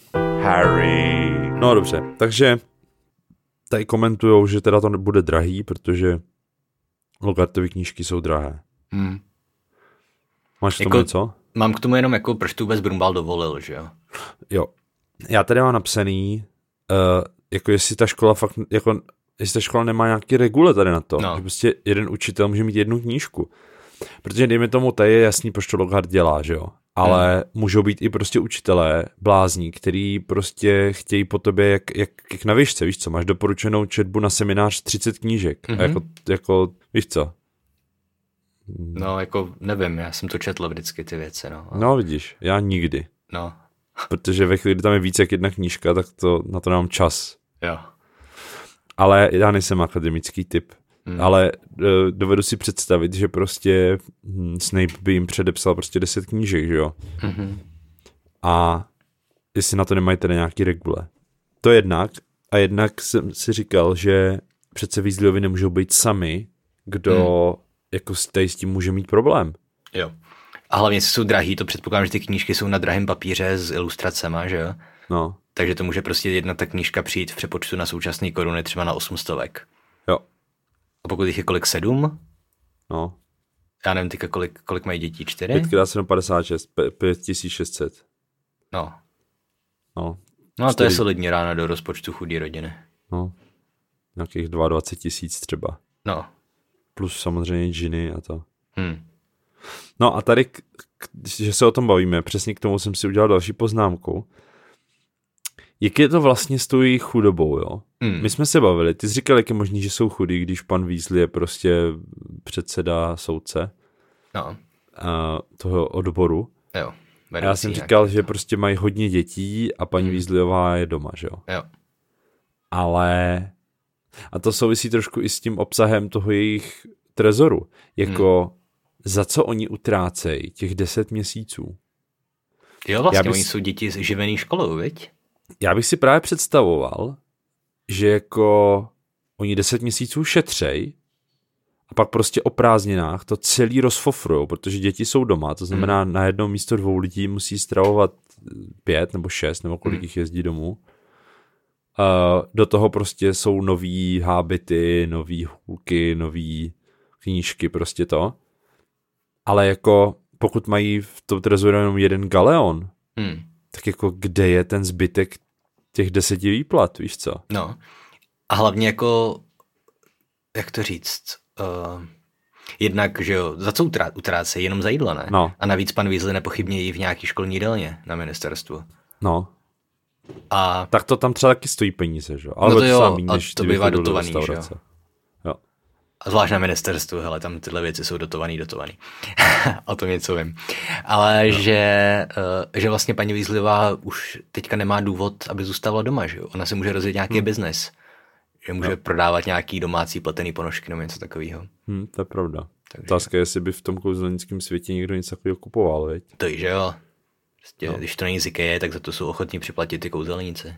Harry. No dobře, takže tady komentujou, že teda to bude drahý, protože Logartovy knížky jsou drahé. Hmm. Máš k tomu jako, něco? Mám k tomu jenom jako, proč to vůbec Brumbal dovolil, že jo? Jo. Já tady mám napsaný, uh, jako jestli ta škola fakt, jako jestli ta škola nemá nějaký regule tady na to, no. Že prostě jeden učitel může mít jednu knížku. Protože dejme tomu, tady je jasný, proč to Lockhart dělá, že jo? Ale hmm. můžou být i prostě učitelé, blázní, který prostě chtějí po tobě, jak, jak, jak na výšce, víš co, máš doporučenou četbu na seminář třicet knížek. Mm-hmm. A jako, jako, víš co? No, jako nevím, já jsem to četl vždycky ty věci, no. No, vidíš, já nikdy. No. Protože ve chvíli, kdy tam je více jak jedna knížka, tak to, na to nemám čas. Jo. Ale já nejsem akademický typ. Hmm. Ale uh, dovedu si představit, že prostě hm, Snape by jim předepsal prostě deset knížek, že jo? Mm-hmm. A jestli na to nemají teda nějaký regule. To jednak. A jednak jsem si říkal, že přece Weasleyovi nemůžou být sami, kdo hmm. jako tady s tím může mít problém. Jo. A hlavně jsou drahý, to předpokládám, že ty knížky jsou na drahém papíře s ilustracema, že jo? No. Takže to může prostě jedna ta knížka přijít v přepočtu na současné koruny třeba na osm stovek. Jo. A pokud jich je kolik, sedm? No. Já nevím teďka, kolik, kolik mají dětí, čtyři? pět krát sedm padesát šest, pět tisíc šest set. No. No. No a to je solidní rána do rozpočtu chudé rodiny. No. Nějakých dvacet dva tisíc třeba. No. Plus samozřejmě džiny a to. Hmm. No a tady, že se o tom bavíme, přesně k tomu jsem si udělal další poznámku. Jak je to vlastně s tou jejich chudobou, jo? Hmm. My jsme se bavili, ty jsi říkal, jak je možný, že jsou chudí, když pan Weasley je prostě předseda soudce no. a toho odboru. Jo. A já jsem říkal, nějaký, že prostě mají hodně dětí a paní hmm. Weasleyová je doma, že jo? Jo. Ale a to souvisí trošku i s tím obsahem toho jejich trezoru. Jako hmm. za co oni utrácejí těch deset měsíců? Jo, vlastně, bych, oni jsou děti živený školou, viď? Já bych si právě představoval, že jako oni deset měsíců šetřej a pak prostě o prázdninách to celý rozfofrujou, protože děti jsou doma, to znamená hmm. na jedno místo dvou lidí musí stravovat pět nebo šest, nebo kolik hmm. jich jezdí domů. Uh, do toho prostě jsou nový hábity, nový hůlky, nový knížky, prostě to. Ale jako pokud mají v tom trezoru jenom jeden galeon, hmm. tak jako kde je ten zbytek těch deseti výplat, víš co? No. A hlavně jako, jak to říct, uh, jednak, že jo, za co utrá, utrácejí, jenom za jídlo, ne? No. A navíc pan Weasley nepochybně jí v nějaký školní jídelně na ministerstvu. No. A tak to tam třeba taky stojí peníze, že? Ale no to jo, samý, a to bývá dotovaný, do že jo? jo. A zvlášť na ministerstvu, hele, tam tyhle věci jsou dotovaný, dotovaný. O tom něco vím. Ale no. že, uh, že vlastně paní Weasleyová už teďka nemá důvod, aby zůstávala doma, že jo? Ona si může rozjet nějaký hmm. biznes. Že může no. prodávat nějaký domácí pletený ponožky nebo něco takového. Hmm, to je pravda. Takže... Otázka je, jestli by v tom kouzelnickém světě někdo něco takového kupoval, veď? To je, že jo. Prostě, no. Když to není z IKEA, tak za to jsou ochotní připlatit ty kouzelníci.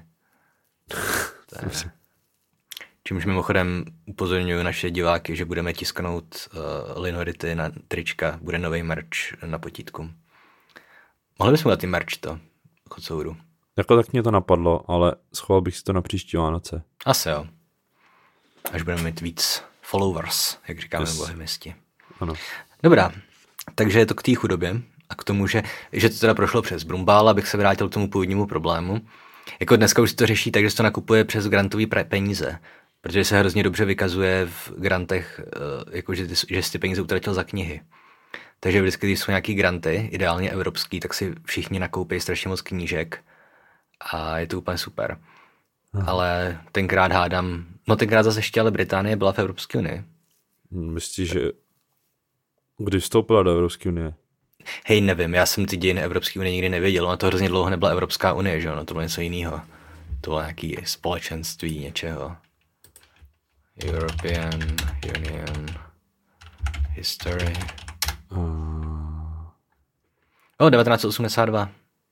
Čímž mimochodem upozorňuji naše diváky, že budeme tisknout uh, linority na trička, bude nový merch na potítku. Mohli bychom dát i merch to, kocouru. Jako tak mě to napadlo, ale schoval bych si to na příští Vánoce. Asi jo. Až budeme mít víc followers, jak říkáme yes. bohemisti. Ano. Dobrá, takže je to k té chudobě a k tomu, že, že to teda prošlo přes Brumbál, abych se vrátil k tomu původnímu problému. Jako dneska už se to řeší tak, že se to nakupuje přes grantový peníze, protože se hrozně dobře vykazuje v grantech, jako že, ty, že jsi ty peníze utratil za knihy. Takže vždycky, když jsou nějaký granty, ideálně evropský, tak si všichni nakoupí strašně moc knížek a je to úplně super. Aha. Ale tenkrát hádám, no tenkrát zase ještě, ale Británie byla v Evropské unii. Myslíš, že kdy vstoupila do Evropské unie? Hej, nevím, já jsem ty dějiny Evropské unie nikdy nevěděl, ono to hrozně dlouho nebyla Evropská unie, že jo, no to bylo něco jiného. To bylo nějaký společenství něčeho. European Union History. Uh... O, devatenáct osmdesát dva.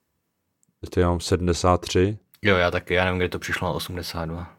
To já mám sedmdesát tři. Jo, já taky, já nevím, kde to přišlo na osmdesát dva.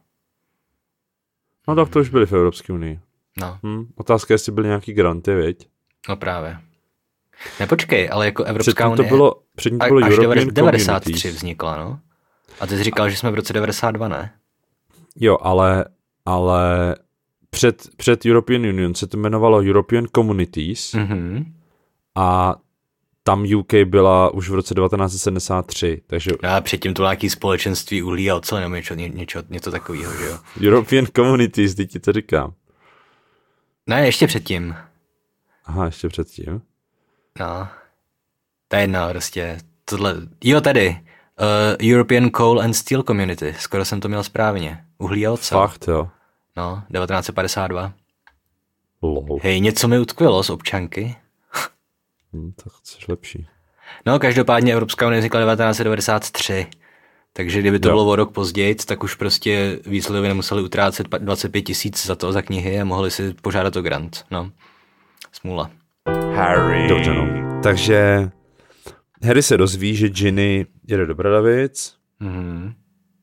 No tak to už byli v Evropské unii. No. Hm, otázka, jestli byly nějaký granty, viď? No právě. Nepočkej, ale jako Evropská předtím unie... To bylo, předtím to bylo až European devadesát tři Communities. vznikla, no. A ty jsi říkal, že jsme v roce devadesát dva, ne? Jo, ale, ale před, před European Union se to jmenovalo European Communities mm-hmm. a tam U K byla už v roce devatenáct set sedmdesát tři, takže... A předtím to nějaký společenství uhlí a ocel, nebo něco, něco, něco takového, že jo? European Communities, teď ti to říkám. Ne, ještě předtím. Aha, ještě předtím. No, to je jedno, prostě, tohle, jo tady, uh, European Coal and Steel Community, skoro jsem to měl správně, uhlí a ocel. Fakt, jo. No, devatenáct set padesát dva. Lol. Hej, něco mi utkvělo z občanky. Hmm, tak jsi lepší. No, každopádně Evropská unie vznikla devatenáct set devadesát tři, takže kdyby to jo. bylo o rok později, tak už prostě Weasleyovi nemuseli utrácet dvacet pět tisíc za to, za knihy a mohli si požádat o grant, no. Smůla. Harry. Dobře, no. Takže Harry se dozví, že Ginny jede do Bradavic mm-hmm.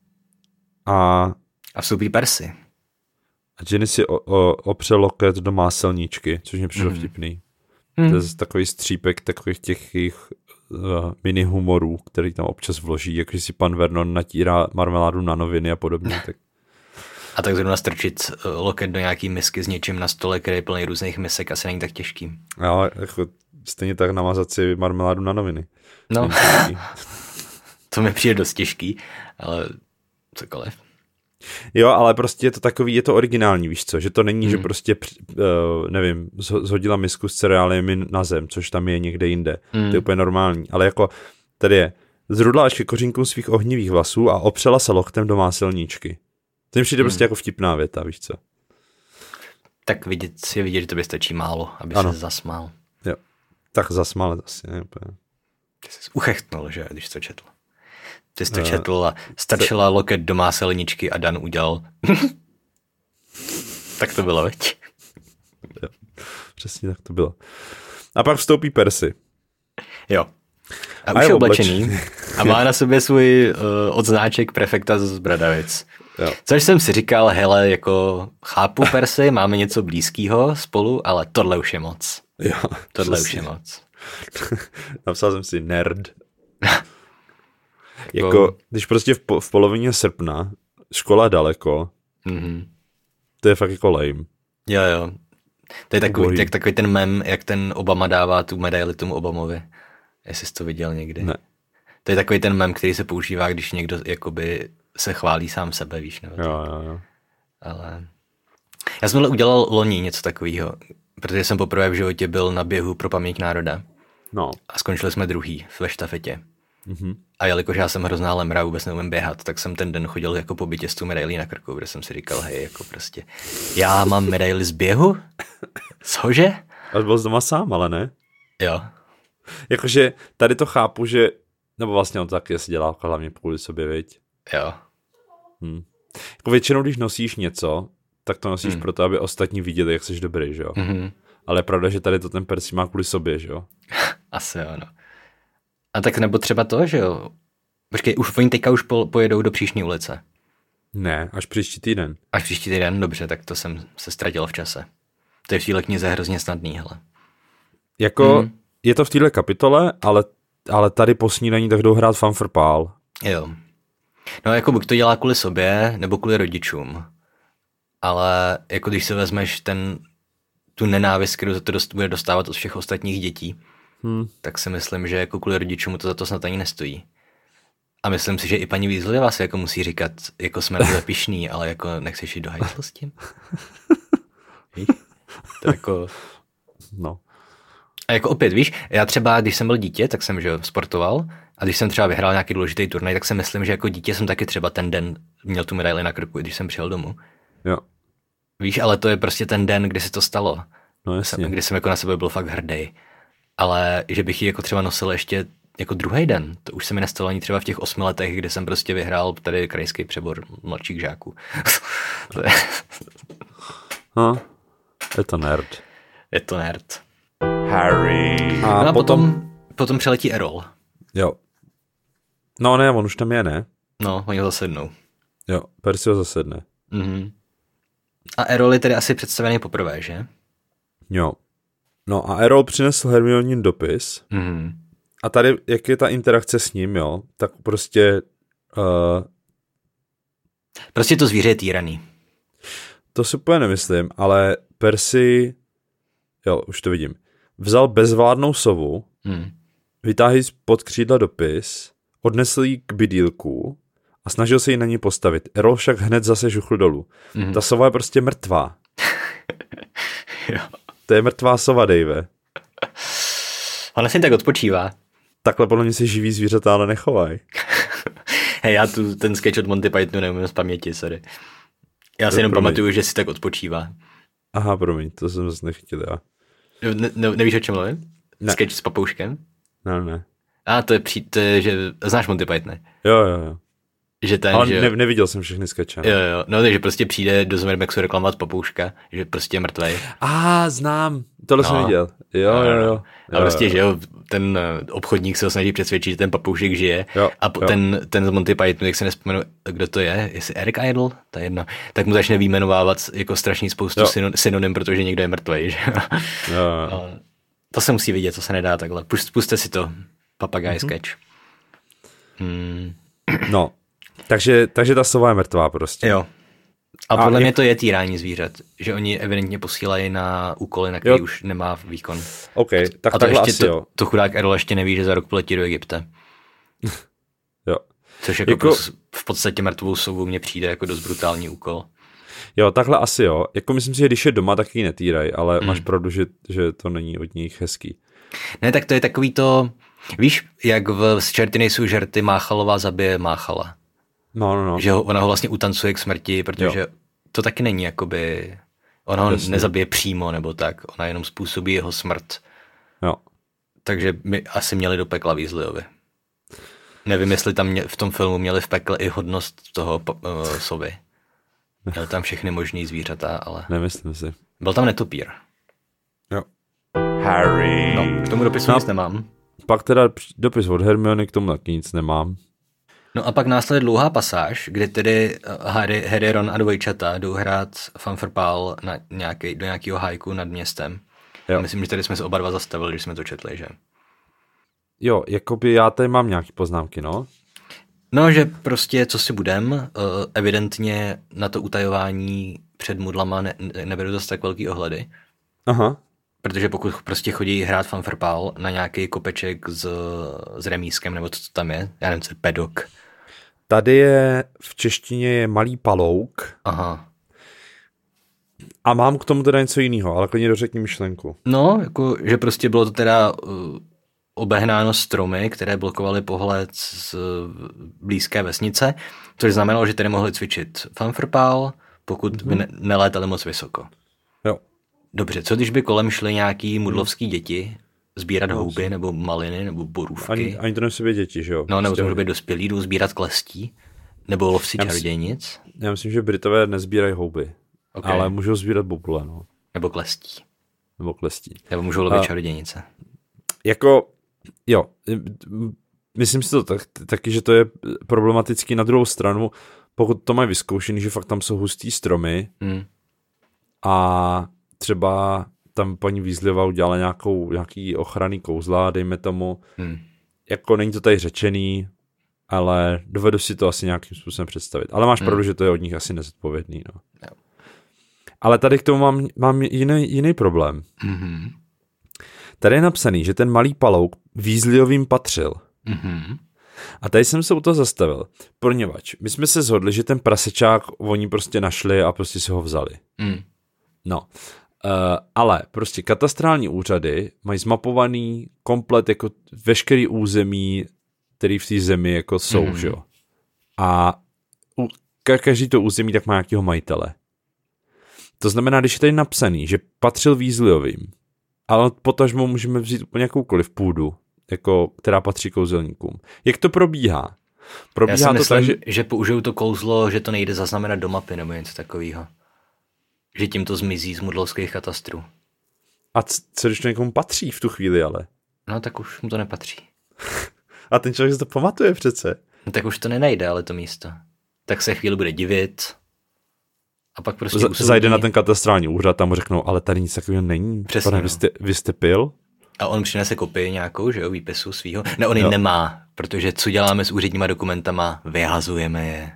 a... A vstoupí Percy. A Ginny si o, o, opře loket do máselníčky, což mě přišlo mm-hmm. vtipný. Mm. To je takový střípek takových těch jejich uh, mini humorů, který tam občas vloží, jako si pan Vernon natírá marmeládu na noviny a podobně. Tak. A tak zrovna strčit loket do nějaký misky s něčím na stole, který je plný různých misek, asi není tak těžký. Ale jako, stejně tak namazat si marmeládu na noviny. No, to mi přijde dost těžký, ale cokoliv. Jo, ale prostě je to takový, je to originální, víš co, že to není, hmm. že prostě, uh, nevím, zhodila misku s cereáliemi na zem, což tam je někde jinde. Hmm. To je úplně normální, ale jako tady je, zrudla až ke kořínkům svých ohnivých vlasů a opřela se loktem do máselníčky. To mi přijde hmm. prostě jako vtipná věta, víš co. Tak vidět, si vidět, že to by stačí málo, aby ano. se zasmál. Jo, tak zasmál zase, ne úplně. Ty jsi uchechtnul, že, když to četl. Ty jsi to četl a strčila loket do máselničky a Dan udělal. Tak to bylo, veď? Jo, přesně tak to bylo. A pak vstoupí Percy. Jo. A, a už je oblečený. oblečený. A má na sobě svůj uh, odznáček prefekta z Bradavic. Jo. Což jsem si říkal, hele, jako chápu Percy, máme něco blízkého spolu, ale tohle už je moc. Jo, tohle přesně. už je moc. Napsal jsem si nerd. Jako, když prostě v, po, v polovině srpna škola daleko, mm-hmm. to je fakt jako lame. Jo, jo. To je takový, jak, takový ten mem, jak ten Obama dává tu medaili tomu Obamovi. Jestli jsi to viděl někdy. Ne. To je takový ten mem, který se používá, když někdo jakoby se chválí sám sebe, víš. Nebo jo, jo, jo. Ale já jsem udělal loni něco takového, protože jsem poprvé v životě byl na běhu pro paměť národa. No. A skončili jsme druhý ve štafetě. Mm-hmm. A jelikož já jsem hrozná lemra, vůbec neumím běhat, tak jsem ten den chodil jako po bytě s tou medailí na krku, kde jsem si říkal, hej, jako prostě, já mám medaili z běhu? Cože? Ale byl jsi doma sám, ale ne? Jo. Jakože tady to chápu, že, nebo vlastně on taky si dělá hlavně kvůli sobě, viď? Jo. Hm. Jako většinou, když nosíš něco, tak to nosíš hmm. proto, aby ostatní viděli, jak jsi dobrý, že jo? Mm-hmm. Ale je pravda, že tady to ten Percy má kvůli sobě, že jo? Asi jo, no. A tak nebo třeba to, že jo? Počkej, už oni teďka už po, pojedou do Příšní ulice. Ne, až příští týden. Až příští týden, dobře, tak to jsem se ztratil v čase. To je v téhle knize hrozně snadný, hele. Jako, mm. je to v téhle kapitole, ale, ale tady po snídaní tak jdou hrát fanfrpál. Jo. No jako buď to dělá kvůli sobě, nebo kvůli rodičům. Ale jako když si vezmeš ten, tu nenávist, kterou za to dost, bude dostávat od všech ostatních dětí, hmm. tak si myslím, že jako kvůli rodičům to za to snad ani nestojí. A myslím si, že i paní Weasleyová se jako musí říkat, jako jsme na pyšný, ale jako nechceš jít do hajzlu s tím? Víš? To jako... No. A jako opět, víš, já třeba, když jsem byl dítě, tak jsem, že sportoval, a když jsem třeba vyhrál nějaký důležitý turnaj, tak si myslím, že jako dítě jsem taky třeba ten den měl tu medaili na krku, když jsem přijel domů. Jo. Víš, ale to je prostě ten den, kdy se to stalo. No jasně. Kdy jsem jako na sebe byl fakt hrdý. Ale že bych ji jako třeba nosil ještě jako druhý den, to už se mi nestalo ani třeba v těch osmi letech, kdy jsem prostě vyhrál tady krajský přebor mladších žáků. To je... Ha, je to nerd. Je to nerd. Harry. A, no a potom, potom, potom přeletí Errol. Jo. No ne, on už tam je, ne? No, oni ho zasednou. Jo, Percy ho zasedne. Mhm. A Errol je tedy asi představený poprvé, že? Jo. No a Errol přinesl Hermionin dopis. Mhm. A tady, jak je ta interakce s ním, jo, tak prostě... Uh, prostě to zvíře je týraný. To si úplně nemyslím, ale Percy... Jo, už to vidím. Vzal bezvládnou sovu, hmm. vytáhl pod křídla dopis, odnesl ji k bydýlku a snažil se ji na ní postavit. Errol však hned zase žuchl dolů. Hmm. Ta sova je prostě mrtvá. Jo. To je mrtvá sova, Dave. Ona si tak odpočívá. Takhle podle mě se živí zvířata, ale nechovají. Hej, já tu ten sketch od Monty Pythonu neumím z paměti, sorry. Já si jenom promiň. Pamatuju, že si tak odpočívá. Aha, promiň, to jsem zase nechytil já. Ne, ne, nevíš, o čem mluvím? Ne. Sketch s papouškem? Ne, ne. A to je, při, to je že znáš Monty Python? Jo, jo, jo. Že ten, ale že... ne, neviděl jsem všechny skeče. Jo, jo, no takže prostě přijde do Zmermaxu reklamovat papouška, že prostě je mrtvej. A ah, znám, tohle no. jsem viděl. Jo, no, jo, jo. A jo, prostě, jo. že jo, ten obchodník se ho snaží přesvědčit, že ten papoušek žije. Jo, a jo. ten, ten z Monty Pythonu, jak se nespomenu, kdo to je, jestli Eric Idle, to je jedno, tak mu začne vyjmenovávat jako strašný spoustu synon, synonym, protože někdo je mrtvej. Že? Jo, jo. To se musí vidět, to se nedá takhle. Pust, puste si to, papagaj mm-hmm. sketch. Hmm. No, takže, takže ta sova je mrtvá prostě. Jo. A, a podle jak... mě to je týrání zvířat, že oni evidentně posílají na úkoly, na který jo. už nemá výkon. OK, tak a to takhle ještě asi to, jo. to chudák Errol ještě neví, že za rok poletí do Egypta. Jo. Což jako, jako... v podstatě mrtvou sovu mně přijde jako dost brutální úkol. Jo, takhle asi jo. Jako myslím si, že když je doma, tak ji netýraj, ale mm. máš pravdu, že, že to není od nich hezký. Ne, tak to je takový to, víš, jak v Z čerty nejsou žerty Máchalová zabije Máchala. No, no, no. Že ho, ona ho vlastně utancuje k smrti, protože jo. to taky není jakoby, ona ho Jasně. nezabije přímo nebo tak, ona jenom způsobí jeho smrt. Jo. Takže my asi měli do pekla Weasleyovi. Nevím, jestli tam mě, v tom filmu měli v pekle i hodnost toho uh, sovy. Měli tam všechny možný zvířata, ale... Nemyslím si. Byl tam netopír. Jo. Harry. No, k tomu dopisu no. nic nemám. Pak teda dopis od Hermiony, k tomu taky nic nemám. No a pak následuje dlouhá pasáž, kdy tedy Harry, Harry, Ron a dvojčata jdou hrát fanfrpál na nějaký, do nějakého hajku nad městem. Jo. Myslím, že tady jsme se oba dva zastavili, když jsme to četli, že? Jo, jakoby já tady mám nějaké poznámky, no. No, že prostě, co si budem, evidentně na to utajování před mudlama ne, neberu zase tak velký ohledy. Aha. Protože pokud prostě chodí hrát fanfrpál na nějaký kopeček s, s remískem, nebo co to tam je, já nevím, co je pedok. Tady je, v češtině je malý palouk. Aha. A mám k tomu teda něco jiného, ale klidně dořekni myšlenku. No, jako, že prostě bylo to teda uh, obehnáno stromy, které blokovaly pohled z blízké vesnice, což znamenalo, že tady mohli cvičit fanfrpál, pokud mm-hmm. by ne- nelétali moc vysoko. Jo. Dobře, co když by kolem šly nějaký mudlovský děti sbírat houby, nebo maliny, nebo borůvky? Ani, ani to nemusí být děti, že jo? No, nebo to může být dospělí, jdou sbírat klestí, nebo lovci čarodějnic. Já myslím, že Britové nezbírají houby, okay. Ale můžou sbírat bobule, no. Nebo klestí. Nebo klestí. Nebo můžou lovit A, čarodějnice. Jako, jo, myslím si to tak, taky, že to je problematický na druhou stranu, pokud to mají vyzkoušený, že fakt tam jsou hustý stromy hmm. a třeba tam paní Weasleyová udělala nějakou, nějaký ochranný kouzla, dejme tomu. Hmm. Jako není to tady řečený, ale dovedu si to asi nějakým způsobem představit. Ale máš hmm. pravdu, že to je od nich asi nezodpovědný. No. Jo. Ale tady k tomu mám, mám jiný, jiný problém. Mm-hmm. Tady je napsaný, že ten malý palouk Weasleyovým patřil. Mm-hmm. A tady jsem se u toho zastavil. Poněvadž my jsme se shodli, že ten prasečák oni prostě našli a prostě si ho vzali. Mm. No. Uh, ale prostě katastrální úřady mají zmapovaný komplet jako veškerý území, který v té zemi jako jsou, mm. že jo. A u, ka- každý to území tak má nějakého majitele. To znamená, když je tady napsaný, že patřil Weasleyovým, ale potažmo můžeme vzít úplně jakoukoliv půdu, jako, která patří kouzelníkům. Jak to probíhá? Probíhá Já si to myslím, tak, že... že použijou to kouzlo, že to nejde zaznamenat do mapy nebo něco takového. Že tím to zmizí z mudlovských katastrů. A co když to někomu patří v tu chvíli, ale? No tak už mu to nepatří. A ten člověk se to pamatuje přece. No tak už to nenajde, ale to místo. Tak se chvíli bude divit. A pak prostě Z- Zajde na ten katastrální úřad, tam mu řeknou, ale tady nic takového není. Přesně, Pane, no. vy, jste, vy jste pil? A on přinese kopii nějakou, že jo, výpisu svýho. Ne, on ji nemá, protože co děláme s úředníma dokumentama? Vyhazujeme je.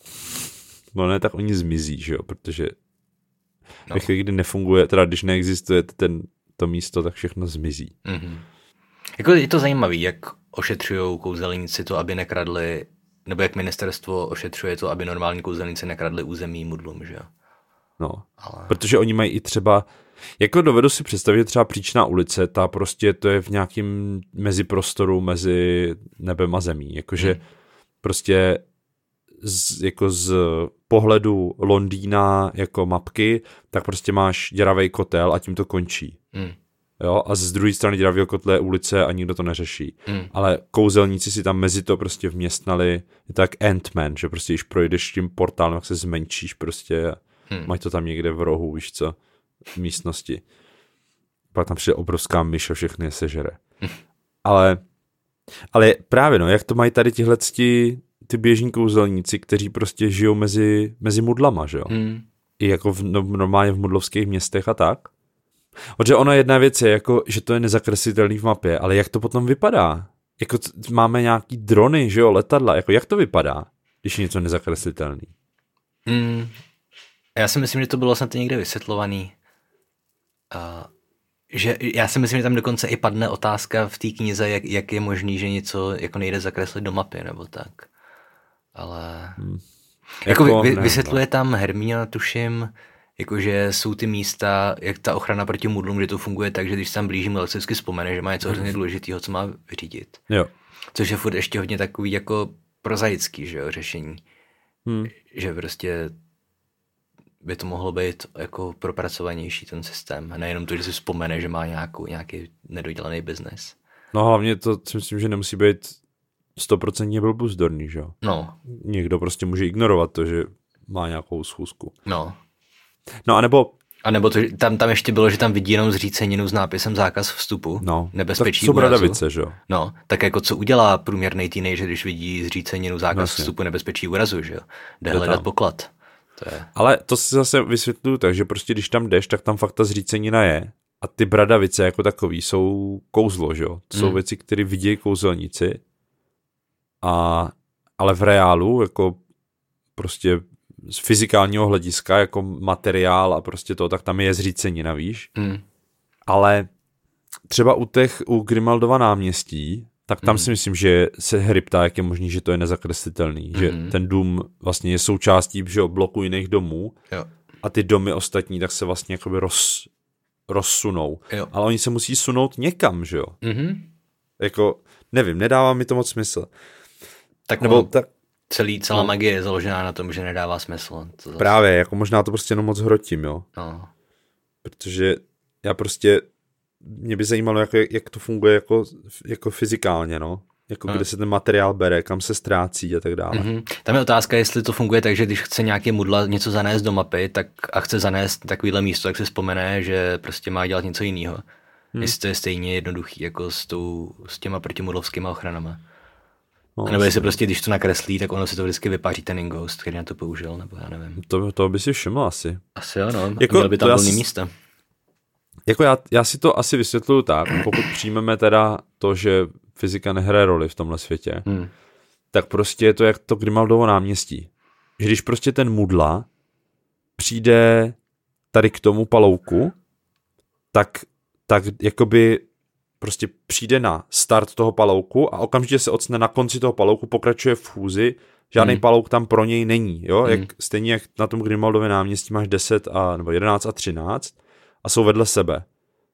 No ne, tak oni zmizí, že jo, protože no. ve chvíli, kdy nefunguje, teda když neexistuje ten, to místo, tak všechno zmizí. Mm-hmm. Jako je to zajímavé, jak ošetřují kouzelníci to, aby nekradli, nebo jak ministerstvo ošetřuje to, aby normální kouzelníci nekradli území mudlům, že jo. No, ale... protože oni mají i třeba, jako dovedu si představit, že třeba Příčná ulice, ta prostě to je v nějakém meziprostoru mezi nebem a zemí, jakože hmm. prostě z, jako z pohledu Londýna jako mapky, tak prostě máš děravej kotel a tím to končí. Hmm. Jo, a z druhé strany děravého kotle je ulice a nikdo to neřeší. Hmm. Ale kouzelníci si tam mezi to prostě vměstnali, je to jak Ant-Man, že prostě když projdeš tím portálem, tak se zmenšíš prostě a hmm. mají to tam někde v rohu, víš co, v místnosti. Pak tam přijde obrovská myš a všechny je sežere. Hmm. Ale, ale právě no, jak to mají tady tihle ty běžní kouzelníci, kteří prostě žijou mezi, mezi mudlama, že jo? Hmm. I jako v, no, normálně v mudlovských městech a tak. Protože ona jedna věc je, jako, že to je nezakreslitelný v mapě, ale jak to potom vypadá? Jako t- máme nějaký drony, že jo, letadla, jako jak to vypadá, když je něco nezakreslitelný? Mm, já si myslím, že to bylo snad někde vysvětlovaný. Uh, že já si myslím, že tam dokonce i padne otázka v té knize, jak, jak je možný, že něco jako nejde zakreslit do mapy, nebo tak. Ale... Hmm. Jako, jako vy, vy, vysvětluje tam Hermiona, tuším, jakože jsou ty místa, jak ta ochrana proti mudlům, že to funguje tak, že když se tam blížím, tak se vždycky vzpomene, že má něco hrozně důležitého, co má vyřídit. Jo. Což je furt ještě hodně takový jako prozaický, že jo, řešení. Hmm. Že prostě by to mohlo být jako propracovanější ten systém. A nejenom to, že si vzpomene, že má nějakou, nějaký nedodělaný biznes. No hlavně to si myslím, že nemusí být stoprocentně blbuzdorný, že jo? No. Někdo prostě může ignorovat to, že má nějakou schůzku. No. No anebo A nebo to, tam, tam ještě bylo, že tam vidí jenom zříceninu s nápisem zákaz vstupu, no, nebezpečí tak úrazu. bradavice, že jo? No, tak jako co udělá průměrný teenager, když vidí zříceninu zákaz Vlastně. vstupu, nebezpečí úrazu, že jo? Jde Jde hledat tam. poklad. To je... Ale to si zase vysvětluju tak, že prostě když tam jdeš, tak tam fakt ta zřícenina je. A ty bradavice jako takový jsou kouzlo, že jo? To jsou Hmm. věci, které vidí kouzelníci. A, ale v reálu, jako prostě z fyzikálního hlediska, jako materiál a prostě to, tak tam je zřícenina, víš? Hmm. Ale třeba u těch, u Grimaldova náměstí, tak tam Hmm. si myslím, že se hry ptá, jak je možný, že to je nezakreslitelný. Hmm. Že ten dům vlastně je součástí, že jo, bloku jiných domů Jo. a ty domy ostatní tak se vlastně jakoby roz, rozsunou. Jo. Ale oni se musí sunout někam, že jo? Mhm. Jako, nevím, nedává mi to moc smysl. Tak Nebo Nebo tak celý, celá no. magie je založená na tom, že nedává smysl. To zase... právě, jako možná to prostě jenom moc hrotím, jo? No. Protože já prostě, mě by zajímalo, jak, jak to funguje jako, jako fyzikálně, no? Jako Hmm. kde se ten materiál bere, kam se ztrácí a tak dále. Mhm. Tam je otázka, jestli to funguje tak, že když chce nějaký mudla něco zanést do mapy tak a chce zanést takovýhle místo, tak si vzpomene, že prostě má dělat něco jiného. Hmm. Jestli to je stejně jednoduchý jako s, tou, s těma protimudlovskýma ochranama. No, A nebo jestli prostě, když to nakreslí, tak ono si to vždycky vypaří ten ingoust, který na to použil, nebo já nevím. to, to by si všiml asi. Asi jo, no. Jako, Měl by tam to já volný si- místa. Jako já, já si to asi vysvětluju tak, pokud přijmeme teda to, že fyzika nehraje roli v tomhle světě, Hmm. tak prostě je to jak to Grimaldovo náměstí. Že když prostě ten mudla přijde tady k tomu palouku, tak, tak jakoby prostě přijde na start toho palouku a okamžitě se ocne na konci toho palouku, pokračuje v fúzi, žádný Hmm. palouk tam pro něj není. Jo? Hmm. Jak, stejně jak na tom Grimaldově náměstí máš deset a, nebo jedenáct a třináct a jsou vedle sebe.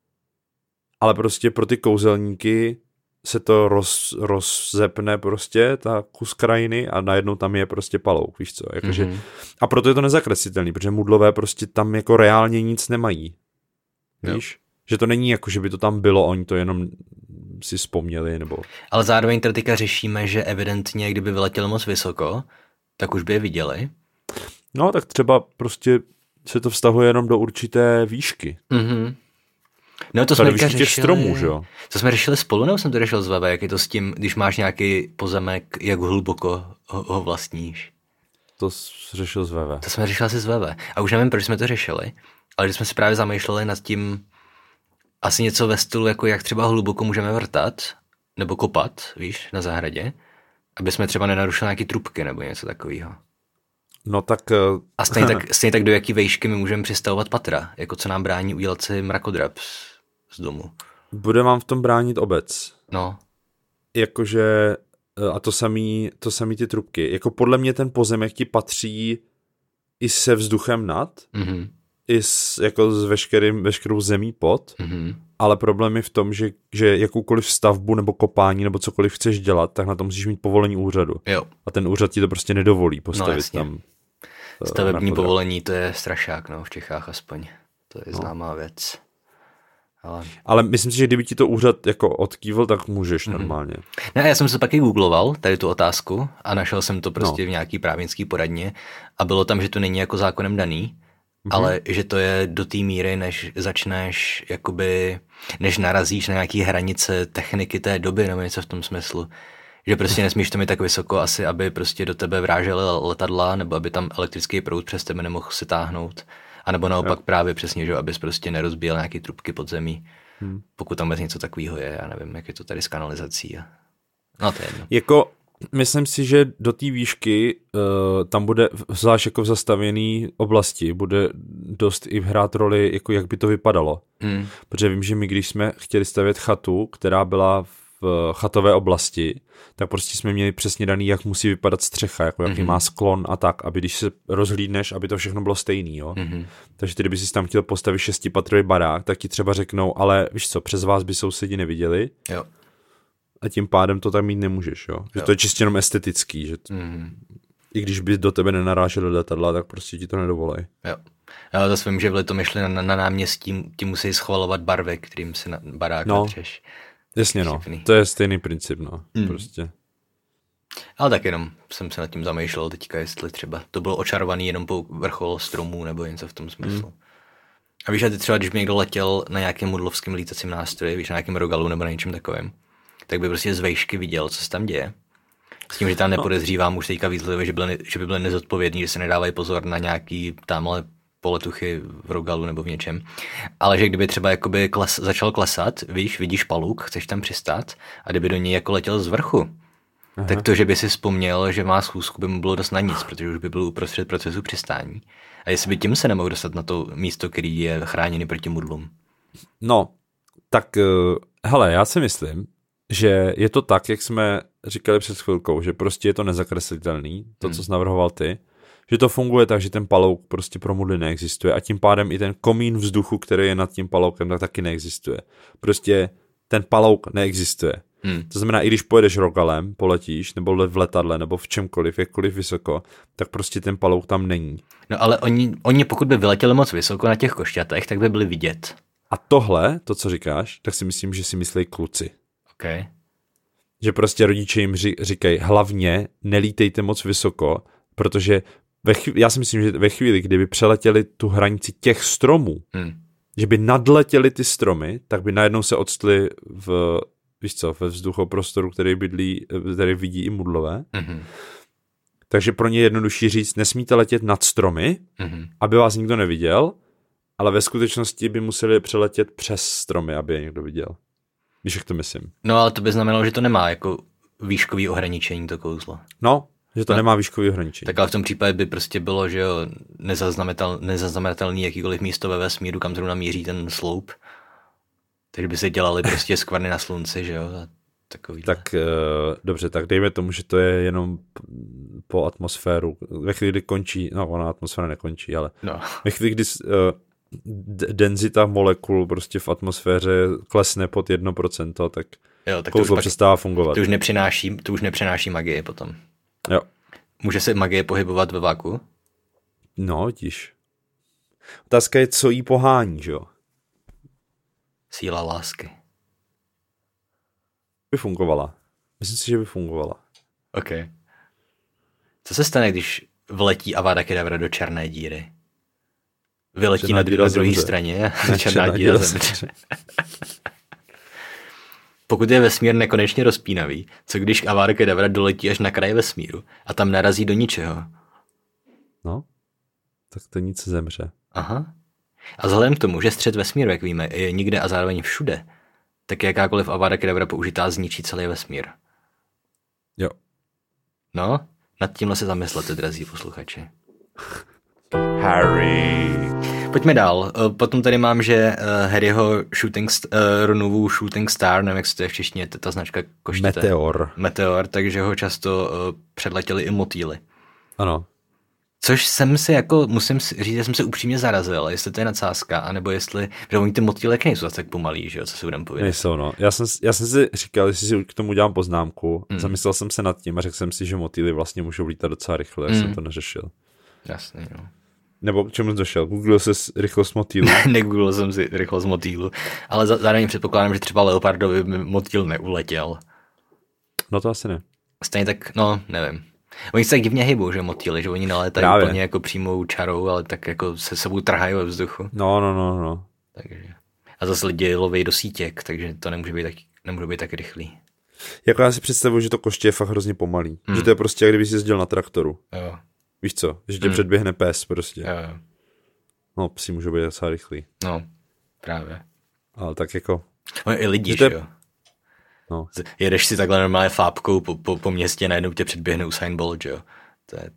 Ale prostě pro ty kouzelníky se to roz, rozzepne prostě, ta kus krajiny a najednou tam je prostě palouk, víš co. Jakože, Mhm. a proto je to nezakreslitelný, protože mudlové prostě tam jako reálně nic nemají. Víš? Jo. Že to není jako, že by to tam bylo, oni to jenom si vzpomněli, nebo... Ale zároveň tady teďka řešíme, že evidentně, kdyby vyletěl moc vysoko, tak už by je viděli. No, tak třeba prostě se to vztahuje jenom do určité výšky. Mhm. No to Tady jsme teďka výšky těch řešili... stromů, že jo? To jsme řešili spolu, nebo jsem to řešil s Veve, jak je to s tím, když máš nějaký pozemek, jak hluboko ho, ho vlastníš. To jsi řešil z Veve. To jsme řešili asi s Veve. A už nevím, proč jsme to řešili, ale když jsme si právě zamýšleli nad tím, asi něco ve stylu, jako jak třeba hluboko můžeme vrtat, nebo kopat, víš, na zahradě, aby jsme třeba nenarušili nějaký trubky nebo něco takového. No tak... A stejně tak, stejně tak do jaký vejšky my můžeme přistavovat patra, jako co nám brání udělat si mrakodrap z, z domu. Bude vám v tom bránit obec. No. Jakože... A to samý, to samý ty trubky. Jako podle mě ten pozemek ti patří i se vzduchem nad, Mhm. i s, jako s veškerým, veškerou zemí pod, Mhm. ale problém je v tom, že, že jakoukoliv stavbu nebo kopání nebo cokoliv chceš dělat, tak na to musíš mít povolení úřadu. Jo. A ten úřad ti to prostě nedovolí No, postavit jasně. tam. eh, Stavební mrakodrap. povolení, to je strašák, no, v Čechách aspoň. To je známá věc. Ale... Ale myslím si, že kdyby ti to úřad jako odkývl, tak můžeš Mhm. normálně. Ne, já jsem se taky googloval tady tu otázku a našel jsem to prostě No. v nějaký právnický poradně a bylo tam, že to není jako zákonem daný, Mhm. ale že to je do té míry, než začneš jakoby, než narazíš na nějaký hranice techniky té doby nebo něco v tom smyslu. Že prostě nesmíš to mít tak vysoko asi, aby prostě do tebe vrážely letadla nebo aby tam elektrický proud přes tebe nemohl si táhnout. A nebo naopak Jo. právě přesně, že abys prostě nerozbíjel nějaký trubky pod zemí. Hmm. Pokud tam něco takového je, já nevím, jak je to tady s kanalizací. A... No to je jedno. Jako, myslím si, že do té výšky uh, tam bude, zvlášť jako v zastavěné oblasti, bude dost i hrát roli, jako jak by to vypadalo. Hmm. Protože vím, že my, když jsme chtěli stavět chatu, která byla v chatové oblasti, tak prostě jsme měli přesně daný, jak musí vypadat střecha, jako jaký Mhm. má sklon a tak, aby když se rozhlídneš, aby to všechno bylo stejný, jo. Mhm. Takže ty, kdyby si tam chtěl postavit šestipatrový barák, tak ti třeba řeknou, ale víš co, přes vás by sousedi neviděli Jo. a tím pádem to tam mít nemůžeš, jo. Že Jo. to je čistě jenom estetický, že t- Mhm. i když by do tebe nenaráželi letadla, tak prostě ti to nedovolej. Jo. Já zase vím, že v Litomyšli na, na náměstí ti musí schvalovat barvy, kterým si na barák No. natřeš. Jasně, no. Vtipný. To je stejný princip, no. Mm. Prostě. Ale tak jenom jsem se nad tím zamýšlel teďka, jestli třeba to bylo očarovaný jenom po vrchol stromů nebo něco v tom smyslu. Mm. A víš, že ty třeba, když by někdo letěl na nějakém mudlovském lítacím nástroji, víš, na nějakém Rogalu nebo na něčem takovém, tak by prostě z vejšky viděl, co se tam děje. S tím, že tam nepodezřívám už teďka výzlivě, že, že by byli nezodpovědní, že se nedávají pozor na nějaký tamhle poletuchy v Rogalu nebo v něčem. Ale že kdyby třeba jakoby kles, začal klesat, víš, vidíš paluk, chceš tam přistát a kdyby do něj jako letěl z vrchu, aha, tak to, že by si vzpomněl, že má schůzku, by mu bylo dost na nic, protože už by byl uprostřed procesu přistání. A jestli by tím se nemohl dostat na to místo, který je chráněný proti mudlům. No, tak hele, já si myslím, že je to tak, jak jsme říkali před chvilkou, že prostě je to nezakreslitelný, to, hmm. co jsi navrhoval ty, že to funguje tak, že ten palouk prostě pro mudly neexistuje a tím pádem i ten komín vzduchu, který je nad tím paloukem, tak taky neexistuje. Prostě ten palouk neexistuje. Hmm. To znamená, i když pojedeš Rogalem, poletíš, nebo v letadle, nebo v čemkoliv, jakkoliv vysoko, tak prostě ten palouk tam není. No ale oni, oni pokud by vyletěli moc vysoko na těch košťatech, tak by byli vidět. A tohle, to, co říkáš, tak si myslím, že si myslí kluci. Okay. Že prostě rodiče jim říkají, hlavně nelítejte moc vysoko, protože ve chvíli, já si myslím, že ve chvíli, kdyby přeletěli tu hranici těch stromů, hmm. že by nadletěli ty stromy, tak by najednou se odstli v, víš co, ve vzduchoprostoru, který bydlí, který vidí i mudlové. Hmm. Takže pro ně je jednodušší říct, nesmíte letět nad stromy, hmm. aby vás nikdo neviděl, ale ve skutečnosti by museli přeletět přes stromy, aby je někdo viděl. Víš, jak to myslím? No, ale to by znamenalo, že to nemá jako výškový ohraničení, to kouzlo. No, že to no, nemá výškový ohraničení. Tak ale v tom případě by prostě bylo, že jo, nezaznamenatel, nezaznamenatelný jakýkoliv místo ve vesmíru, kam zrovna míří ten sloup. Takže by se dělali prostě skvrny na slunci, že jo, a takový. Tak uh, dobře, tak dejme tomu, že to je jenom po atmosféru. Ve chvíli, kdy končí, no ona atmosféra nekončí, ale no. Ve chvíli, kdy uh, denzita molekul prostě v atmosféře klesne pod jedno procento, tak, jo, tak kouzlo přestává fungovat. To už nepřináší, to už nepřináší magii potom. Jo. Může se magie pohybovat ve váku? No, vidíš. Otázka je, co jí pohání, že jo? Síla lásky. By fungovala. Myslím si, že by fungovala. OK. Co se stane, když vletí Avada Kedavra do černé díry? Vyletí černá na, na druhé straně a černá, černá díra zemře. Pokud je vesmír nekonečně rozpínavý, co když Avada Kedavra doletí až na kraj vesmíru a tam narazí do ničeho? No, tak to nic zemře. Aha. A vzhledem k tomu, že střed vesmíru, jak víme, je nikde a zároveň všude, tak jakákoliv Avada Kedavra použitá zničí celý vesmír. Jo. No, nad tímhle se zamyslete, drazí posluchači. Harry. Pojďme dál. Potom tady mám, že Harryho shooting st- Ronovu Shooting Star, nevím, jak se to je v češtině, to je ta značka koštěte. Meteor. Meteor, takže ho často předletěli i motýly. Ano. Což jsem si jako, musím říct, že jsem se upřímně zarazil, jestli to je nadsázka, anebo jestli, že oni ty motýly nejsou zase tak pomalý, že jo, co si budeme povědět. Nejsou, no. Já jsem, já jsem si říkal, jestli si k tomu udělám poznámku, mm. zamyslel jsem se nad tím a řekl jsem si, že motýly vlastně můžou lítat docela rychle, mm. já jsem to neřešil. Jasný, no. Nebo k čemu jsi došel? Googlil jsi rychlost motýlu? Negooglil jsem si rychlost motýlu, ale zároveň předpokládám, že třeba leopardovi motýl neuletěl. No to asi ne. Stejně tak, no, nevím. Oni se tak divně hybou, že motýly, že oni nalétají Právě. Úplně jako přímou čarou, ale tak jako se sebou trhají ve vzduchu. No, no, no, no. Takže. A zase lidi loví do sítěk, takže to nemůže být tak, nemůže být tak rychlý. Jako já si představuji, že to koště je fakt hrozně pomalý. Hmm. Že to je prostě, jak kdyby jsi jezdil na traktoru. Jo. Víš co? Že tě hmm. předběhne pes prostě. Jo. No, psi můžou být docela rychlý. No, právě. Ale tak jako... No, i lidi, že jo. No. Jedeš si takhle normálně fápkou po, po, po městě, najednou tě předběhne Usain Bolt, jo. To je...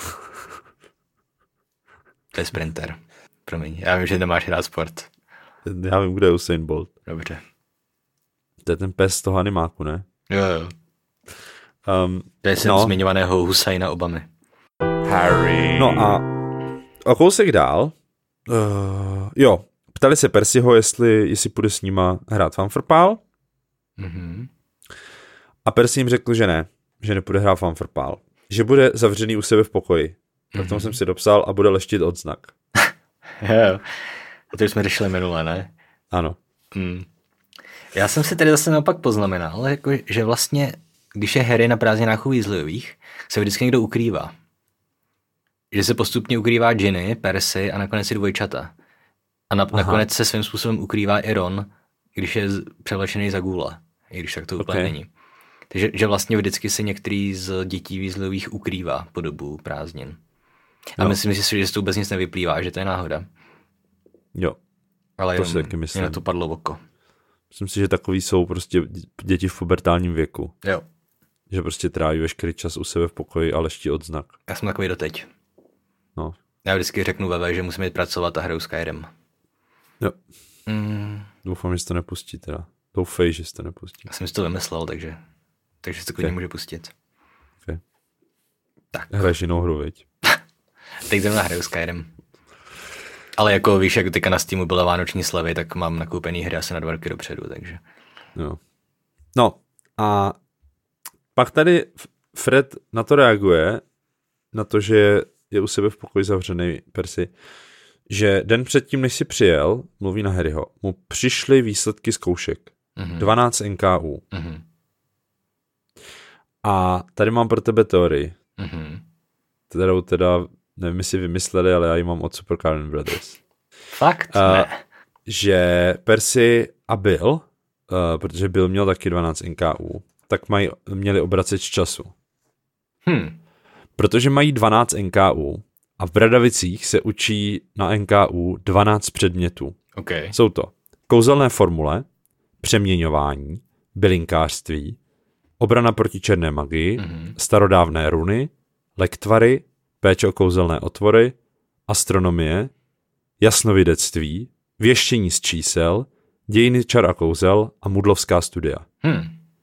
to je sprinter. Promiň, já vím, že nemáš rád sport. Já vím, kde je Usain Bolt. Dobře. To je ten pes z toho animáku, ne? Jo, jo. Um, to je jsem no. zmiňovaného Husajna Obamy. Harry. No a o kousek dál, uh, jo, ptali se Percyho, jestli, jestli půjde s nima hrát fanfrpál. Mm-hmm. A Percy jim řekl, že ne, že nepůjde hrát fanfrpál. Že bude zavřený u sebe v pokoji. Tak mm-hmm. tomu jsem si dopsal a bude leštit odznak. Jo, a to už jsme řešili minule, ne? Ano. Mm. Já jsem si tady zase naopak poznamenal, jako, že vlastně, když je Harry na prázdninách u Weasleyových, se vždycky někdo ukrývá. Že se postupně ukrývá Ginny, Percy a nakonec i dvojčata. A na, nakonec se svým způsobem ukrývá i Ron, když je převlečený za gůla, i když tak to úplně okay. není. Takže že vlastně vždycky se některý z dětí Weasleyových ukrývá po dobu prázdnin. A no. myslím si, že to vůbec nic nevyplývá, že to je náhoda. Jo, ale to jenom, si taky myslím. na to padlo oko. Myslím si, že takový jsou prostě děti v pubertálním věku. Jo. Že prostě tráví veškerý čas u sebe v pokoji a leští odznak. Já jsem takový doteď. No. Já vždycky řeknu Veve, že musím jít pracovat a hraju Skyrim. Jo. Mm. Doufám, že to nepustí teda. Doufej, že to nepustí. Já jsem si to vymyslel, takže, takže si to klidně okay. může pustit. Okay. Tak. Hraješ jinou hru, viď? Teď zrovna hraju Skyrim. Ale jako víš, jak teďka na Steamu byla vánoční slevy, tak mám nakoupený hry asi na dva roky dopředu, takže. Jo. No a pak tady Fred na to reaguje, na to, že je u sebe v pokoji zavřený Percy, že den předtím, než si přijel, mluví na Harryho, mu přišly výsledky zkoušek. Mm-hmm. dvanáct N K U. Mm-hmm. A tady mám pro tebe teorii. Mm-hmm. Kterou teda, nevím, jestli vymysleli, ale já ji mám od Super Carlin Brothers. Fakt? Uh, ne. Že Percy a Bill, uh, protože Bill měl taky dvanáct N K U, tak mají, měli obracet z času. Hmm. Protože mají dvanáct N K U a v Bradavicích se učí na N K U dvanáct předmětů. Okay. Jsou to kouzelné formule, přeměňování, bylinkářství, obrana proti černé magii, mm-hmm. starodávné runy, lektvary, péče o kouzelné otvory, astronomie, jasnovidectví, věštění z čísel, dějiny čar a kouzel a mudlovská studia. Hmm.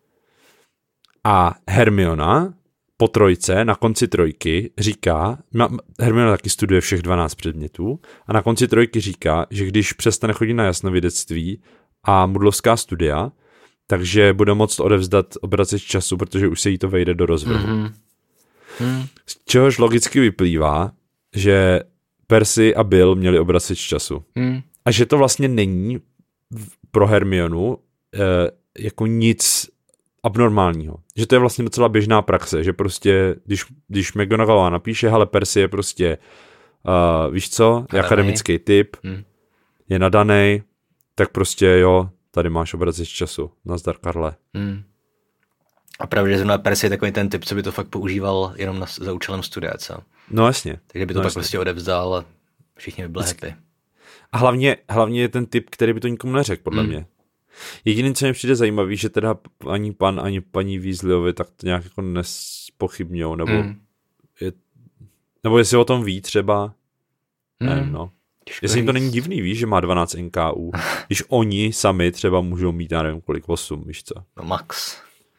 A Hermiona po trojce, na konci trojky říká, Hermiona taky studuje všech dvanáct předmětů a na konci trojky říká, že když přestane chodit na jasnovidectví a mudlovská studia, takže bude moct odevzdat obraceč času, protože už se jí to vejde do rozvrhu. Mm-hmm. Mm. Z čehož logicky vyplývá, že Percy a Bill měli obraceč času. Mm. A že to vlastně není pro Hermionu eh, jako nic abnormálního. Že to je vlastně docela běžná praxe, že prostě, když, když McGonagallová napíše, hele, Percy je prostě, uh, víš co, je akademický typ, mm. je nadanej, tak prostě jo, tady máš obraceč času. Nazdar, Karle. Mm. A pravdě, že zrovna Percy je takový ten typ, co by to fakt používal jenom na, za účelem studia, co? No jasně. Takže by to no pak jasně. prostě odevzdal a všichni by byli happy. A hlavně, hlavně je ten typ, který by to nikomu neřekl, podle mm. mě. Jediné, co mi přijde zajímavý, že teda ani pan, ani paní Weasleyovi tak to nějak jako nespochybňou, nebo, mm. je, nebo jestli o tom ví třeba, mm. nevím, no. Těžko jestli jim to není divný, víš, že má dvanáct N K U, když oni sami třeba můžou mít, já nevím kolik, osm, víš co. No max.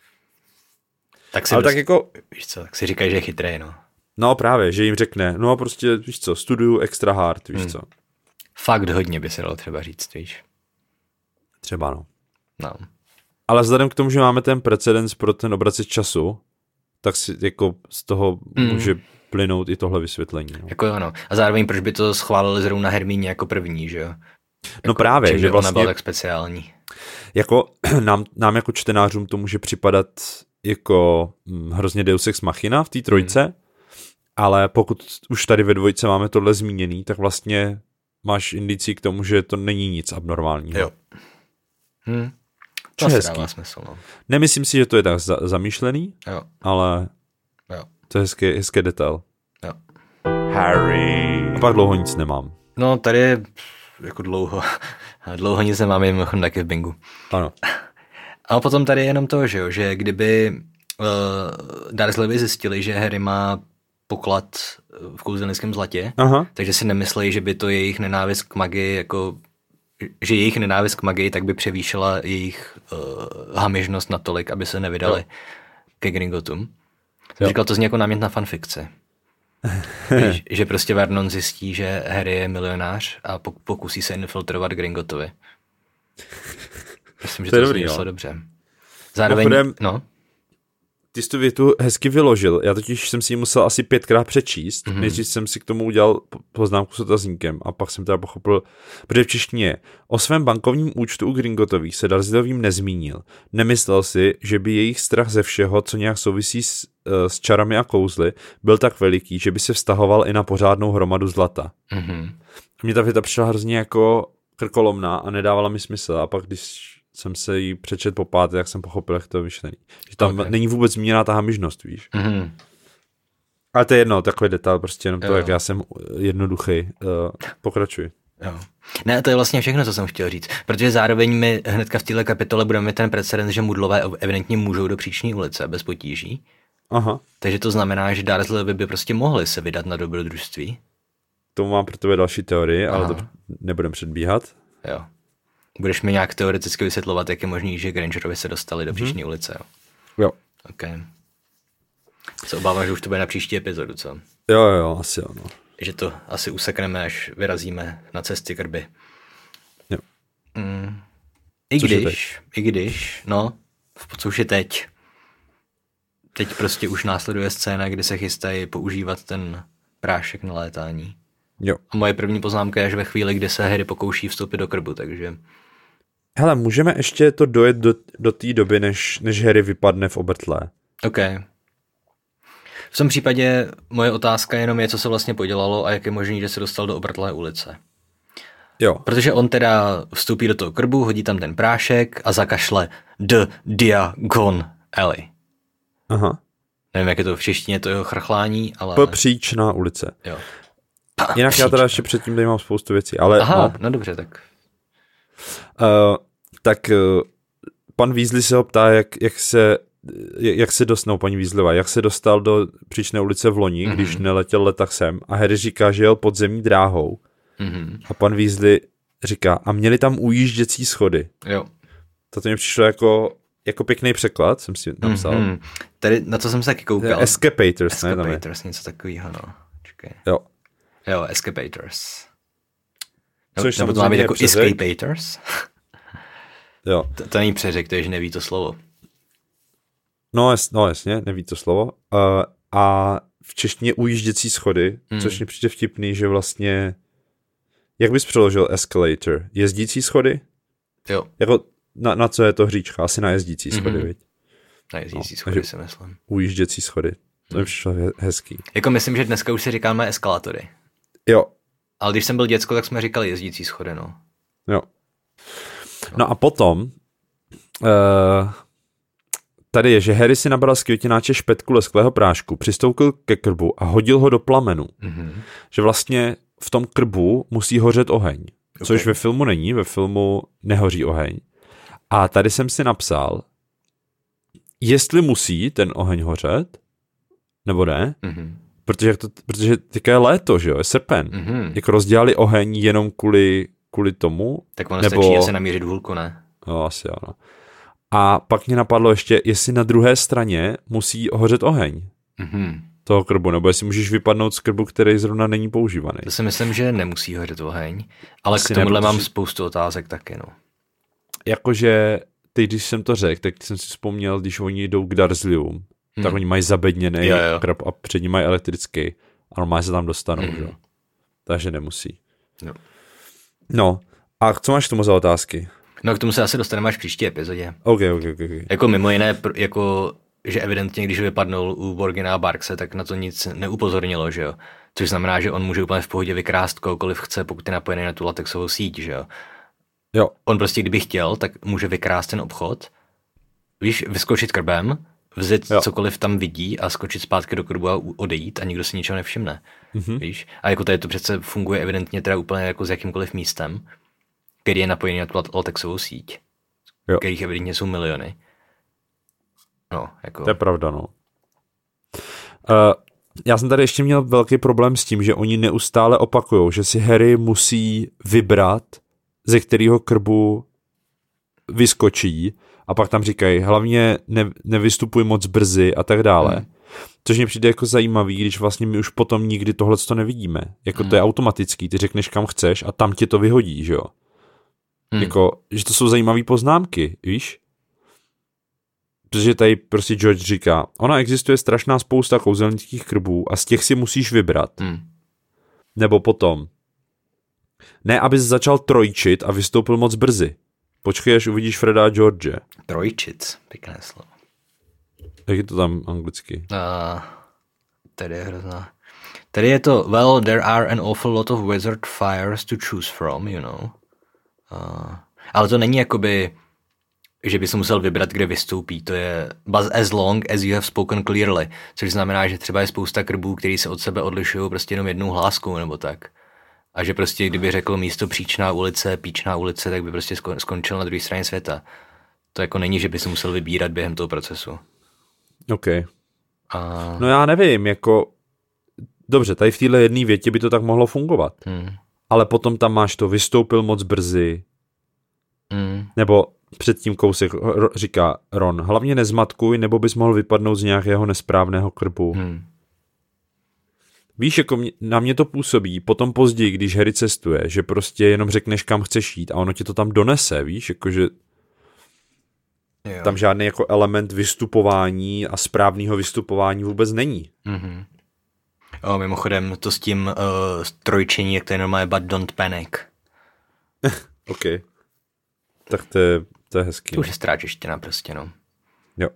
Tak si, ale prostě, tak jako, víš co, tak si říkají, že je chytrý, no. No právě, že jim řekne, no a prostě, víš co, studuju extra hard, víš mm. co. Fakt hodně by se dalo třeba říct, víš. Třeba no. No. Ale vzhledem k tomu, že máme ten precedens pro ten obraceč času, tak si jako z toho mm. může plynout i tohle vysvětlení. No. Jako jo, no. A zároveň proč by to schválili zrovna Hermíně jako první, že jo? Jako, no právě, že vlastně... ona byla tak speciální. Jako nám, nám jako čtenářům to může připadat jako hm, hrozně Deus Ex Machina v té trojce, mm. ale pokud už tady ve dvojce máme tohle zmíněný, tak vlastně máš indicí k tomu, že to není nic abnormálního. Jo. Hm. To asi dává smysl, no. Nemyslím si, že to je tak za- zamýšlený, jo. ale jo. to je hezký, hezký detail. Jo. Harry. A pak dlouho nic nemám. No, tady je jako dlouho. Dlouho nic nemám, je mimochodem taky v bingu. Ano. A potom tady je jenom to, že, jo, že kdyby uh, Dursleyovi zjistili, že Harry má poklad v kouzelnickém zlatě, aha. takže si nemyslejí, že by to jejich nenávist k magii, jako, že jejich nenávist k magii tak by převýšila jejich uh, hamižnost natolik, aby se nevydali jo. ke Gringotům. Jsem říkal, to zní jako námět na fanfikci. Víš, že prostě Vernon zjistí, že Harry je milionář a pokusí se infiltrovat Gringotovi. Myslím, že to, to zní dobře. Zároveň, Pochodem, no. Ty jsi tu větu hezky vyložil, já totiž jsem si ji musel asi pětkrát přečíst, mm-hmm. než jsem si k tomu udělal poznámku s otazníkem a pak jsem teda pochopil, protože v češtině o svém bankovním účtu u Gringotových se Dursleyovým nezmínil. Nemyslel si, že by jejich strach ze všeho, co nějak souvisí s, s čarami a kouzly, byl tak veliký, že by se vztahoval i na pořádnou hromadu zlata. Mm-hmm. Mně ta věta přišla hrozně jako krkolomná a nedávala mi smysl. A pak, když jsem se jí přečet po páté, tak jsem pochopil, jak to je myšlený. Že tam okay. není vůbec zmíněná ta hamižnost, víš. Mm-hmm. Ale to je jedno, takový detail, prostě jenom jo. to, jak já jsem jednoduchý. Uh, pokračuj. Jo. Ne, to je vlastně všechno, co jsem chtěl říct. Protože zároveň my hnedka v této kapitole budeme mít ten precedens, že mudlové evidentně můžou do Příčné ulice bez potíží. Aha. Takže to znamená, že Dursleyovi by prostě mohli se vydat na dobrodružství. To mám pro tebe další teorii, ale to nebudem předbíhat. Jo. Budeš mi nějak teoreticky vysvětlovat, jak je možný, že Grangerovi se dostali do Příčné hmm. ulice, jo? Jo. OK. Se obávám, že už to bude na příští epizodu, co? Jo, jo, asi jo, no. Že to asi usekneme, až vyrazíme na cesty krby. Jo. Mm. I Což když, i když, no, co už je teď. Teď prostě už následuje scéna, kdy se chystají používat ten prášek na létání. Jo. A moje první poznámka je, že ve chvíli, kdy se Harry pokouší vstoupit do krbu, takže... Hele, můžeme ještě to dojet do, do té doby, než, než Harry vypadne v obrtlé. OK. V tom případě moje otázka jenom je, co se vlastně podělalo a jak je možné, že se dostal do obrtlé ulice. Jo. Protože on teda vstoupí do toho krbu, hodí tam ten prášek a zakašle The Diagon Alley. Aha. Nevím, jak je to v češtině, to jeho chrchlání, ale... Popříčná ulice. Jo. Jinak Příčná. Já teda ještě předtím tady mám spoustu věcí, ale... Aha, no, no dobře, tak... Uh, tak uh, pan Weasley se ho ptá, jak, jak se... jak se dostal, paní Weasleyová, jak se dostal do Příčné ulice v loni, mm-hmm. když neletěl letah sem a Harry říká, že jel podzemní dráhou mm-hmm. a pan Weasley říká, a měli tam ujížděcí schody. Jo. To mi přišlo jako, jako pěkný překlad, jsem si napsal. Mm-hmm. Tady, na to jsem se taky koukal. Escapators, Escapators, ne? Escapators, něco takového, no. Čekaj. Jo. Jo, Escapators. No, což nebo to má být jako Escapators? Jo. To, to není přeřek, to je, že neví to slovo. No, jas, no jasně, neví to slovo. Uh, a v češtině ujížděcí schody, hmm. což mi přijde vtipný, že vlastně, jak bys přeložil escalator? Jezdící schody? Jo. Jako, na, na co je to hříčka? Asi na jezdící schody, mm-hmm. viď? Na jezdící no, schody si myslím. Ujížděcí schody, to mi hmm. přišlo hezký. Jako myslím, že dneska už si říkáme eskalátory. Jo. Ale když jsem byl děcko, tak jsme říkali jezdící schody, no. Jo. No a potom... Uh, Tady je, že Harry si nabral z květináče špetku lesklého prášku, přistoupil ke krbu a hodil ho do plamenu. Mm-hmm. Že vlastně v tom krbu musí hořet oheň. Okay. Což ve filmu není, ve filmu nehoří oheň. A tady jsem si napsal, jestli musí ten oheň hořet, nebo ne, mm-hmm. protože, to, protože teďka je léto, že jo, je srpen. Mm-hmm. Jako rozdělali oheň jenom kvůli, kvůli tomu. Tak ono nebo... stačí asi namířit hůlku, ne? No, asi ano. A pak mě napadlo ještě, jestli na druhé straně musí hořet oheň mm-hmm. toho krbu, nebo jestli můžeš vypadnout z krbu, který zrovna není používaný. To si myslím, že nemusí hořet oheň, ale asi k tomuhle ne, mám spoustu otázek taky, no. Jakože teď, když jsem to řekl, tak jsem si vzpomněl, když oni jdou k Dursleyům, hmm. tak oni mají zabedněný jo, jo. krb a před ním mají elektrický a normálně se tam dostanou, hmm. že? Takže nemusí. No. no, a co máš k tomu za otázky? No k tomu se asi dostaneme až v příští epizodě. Ok, ok, ok. okay. Jako mimo jiné, jako, že evidentně, když vypadnul u Borgina a Barkse, tak na to nic neupozornilo, že jo. Což znamená, že on může úplně v pohodě vykrást kohokoliv chce, pokud je napojený na tu latexovou síť, že jo. Jo. On prostě, kdyby chtěl, tak může vykrást ten obchod, víš, vyskočit krbem, vzít jo. cokoliv tam vidí a skočit zpátky do krbu a odejít a nikdo si ničeho nevšimne, mm-hmm. víš. A jako tady to přece funguje evidentně teda úplně jako s jakýmkoliv místem, který je napojený na tu latexovou síť, jo. kterých evidentně jsou miliony. No, jako... To je pravda, no. Uh, já jsem tady ještě měl velký problém s tím, že oni neustále opakujou, že si Harry musí vybrat, ze kterého krbu vyskočí a pak tam říkají, hlavně ne, nevystupuj moc brzy a tak dále. Hmm. Což mě přijde jako zajímavý, když vlastně my už potom nikdy tohleto nevidíme. Jako hmm. to je automatický, ty řekneš kam chceš a tam tě to vyhodí, že jo. Hmm. Jako, že to jsou zajímavé poznámky, víš? Protože tady prostě George říká, ona existuje strašná spousta kouzelnických krbů a z těch si musíš vybrat. Hmm. Nebo potom, ne, abys začal trojčit a vystoupil moc brzy. Počkej, až uvidíš Freda a George. Trojčit, pěkné slovo. Jak je to tam anglicky? Uh, tady je hrozná. Tady je to, well, there are an awful lot of wizard fires to choose from, you know. Uh, ale to není jakoby, že by se musel vybrat, kde vystoupí. To je but as long as you have spoken clearly, což znamená, že třeba je spousta krbů, který se od sebe odlišují prostě jenom jednou hláskou nebo tak. A že prostě kdyby řekl místo Příčná ulice, Píčná ulice, tak by prostě skončil na druhé straně světa. To jako není, že by se musel vybírat během toho procesu. OK. A... No já nevím, jako dobře, tady v téhle jedné větě by to tak mohlo fungovat. Hmm. Ale potom tam máš to, vystoupil moc brzy. Hmm. Nebo předtím kousek říká Ron, hlavně nezmatkuj, nebo bys mohl vypadnout z nějakého nesprávného krbu. Hmm. Víš, jako mě, na mě to působí potom později, když Harry cestuje, že prostě jenom řekneš, kam chceš jít a ono ti to tam donese, víš, jakože jo. Tam žádný jako element vystupování a správného vystupování vůbec není. Mm-hmm. O, mimochodem to s tím uh, trojčení, jak to je normálně but don't panic. OK. Tak to je, to je hezký. To už je stráčeština prostě, no. Jo.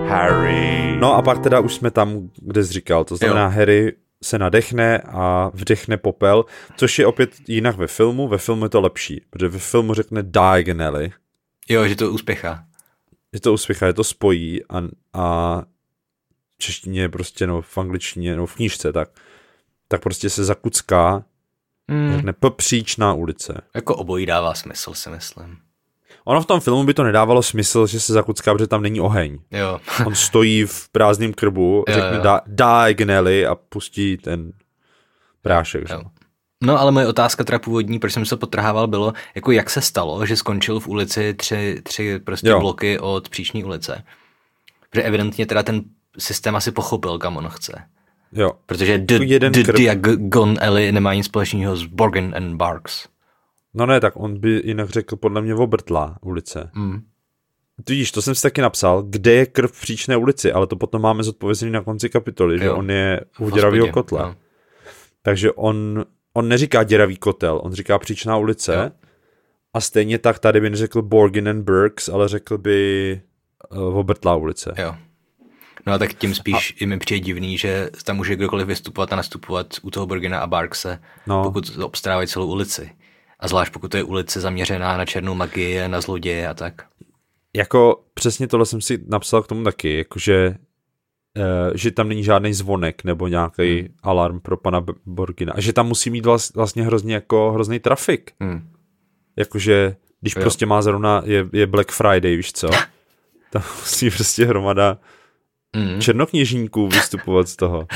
Harry. No a pak teda už jsme tam, kde jsi říkal, to znamená jo. Harry se nadechne a vdechne popel, což je opět jinak ve filmu, ve filmu je to lepší, protože ve filmu řekne diagonally. Jo, že to úspěchá. Že to úspěchá, je to spojí a, a v češtině prostě, no v angličtině, no v knížce, tak, tak prostě se zakucká, mm. řekne Příčná ulice. Jako obojí dává smysl, si myslím. Ono v tom filmu by to nedávalo smysl, že se zakucká, protože tam není oheň. Jo. On stojí v prázdném krbu, jo, řekne da, diagonally a pustí ten prášek. Jo. No ale moje otázka teda původní, proč jsem se potrhával, bylo, jako jak se stalo, že skončil v ulici tři, tři prostě jo. bloky od Příčné ulice. Protože evidentně teda ten systém asi pochopil, kam on chce. Jo. Protože the, the Diagon Alley nemá nic společného s Borgin and Barks. No ne, tak on by jinak řekl podle mě Obrtlá ulice. Mm. Ty vidíš, to jsem si taky napsal, kde je krv v Příčné ulici, ale to potom máme zodpovězený na konci kapitoly, jo. Že on je u děravýho kotle. No. Takže on, on neříká děravý kotel, on říká Příčná ulice jo. A stejně tak tady by neřekl Borgin and Burks, ale řekl by uh, Obrtlá ulice. Jo. No a tak tím spíš a... i mi přijde divný, že tam může kdokoliv vystupovat a nastupovat u toho Borgina a Barkse, no. Pokud obstarávají celou ulici. A zvlášť pokud to je ulice zaměřená na černou magii, na zloděje a tak. Jako přesně tohle jsem si napsal k tomu taky, jakože uh, že tam není žádný zvonek nebo nějaký hmm. alarm pro pana Borgina. A že tam musí mít vlast, vlastně hrozně jako hrozný trafik. Hmm. Jakože když jo. prostě má zrovna, je, je Black Friday, víš co? Tam musí prostě hromada mm. černokněžníků vystupovat z toho.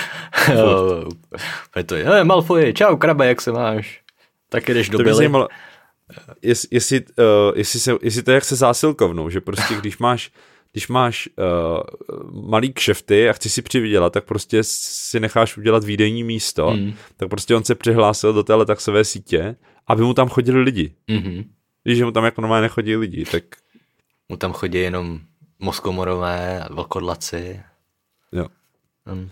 Jo, to je, hele Malfoy, čau krabe, jak se máš? Tak jdeš do Billy. Zajímalo, jestli, jestli, uh, jestli, se, jestli to je jak se zásilkovnou, že prostě když máš, když máš uh, malý kšefty a chci si přivydělat, tak prostě si necháš udělat výdejní místo, mm. tak prostě on se přihlásil do téhle taxové sítě, aby mu tam chodili lidi. Mm-hmm. Víš, že mu tam jako normálně nechodí lidi, tak... Mu tam chodí jenom mozkomorové a vlkodlaci. Jo. Mm.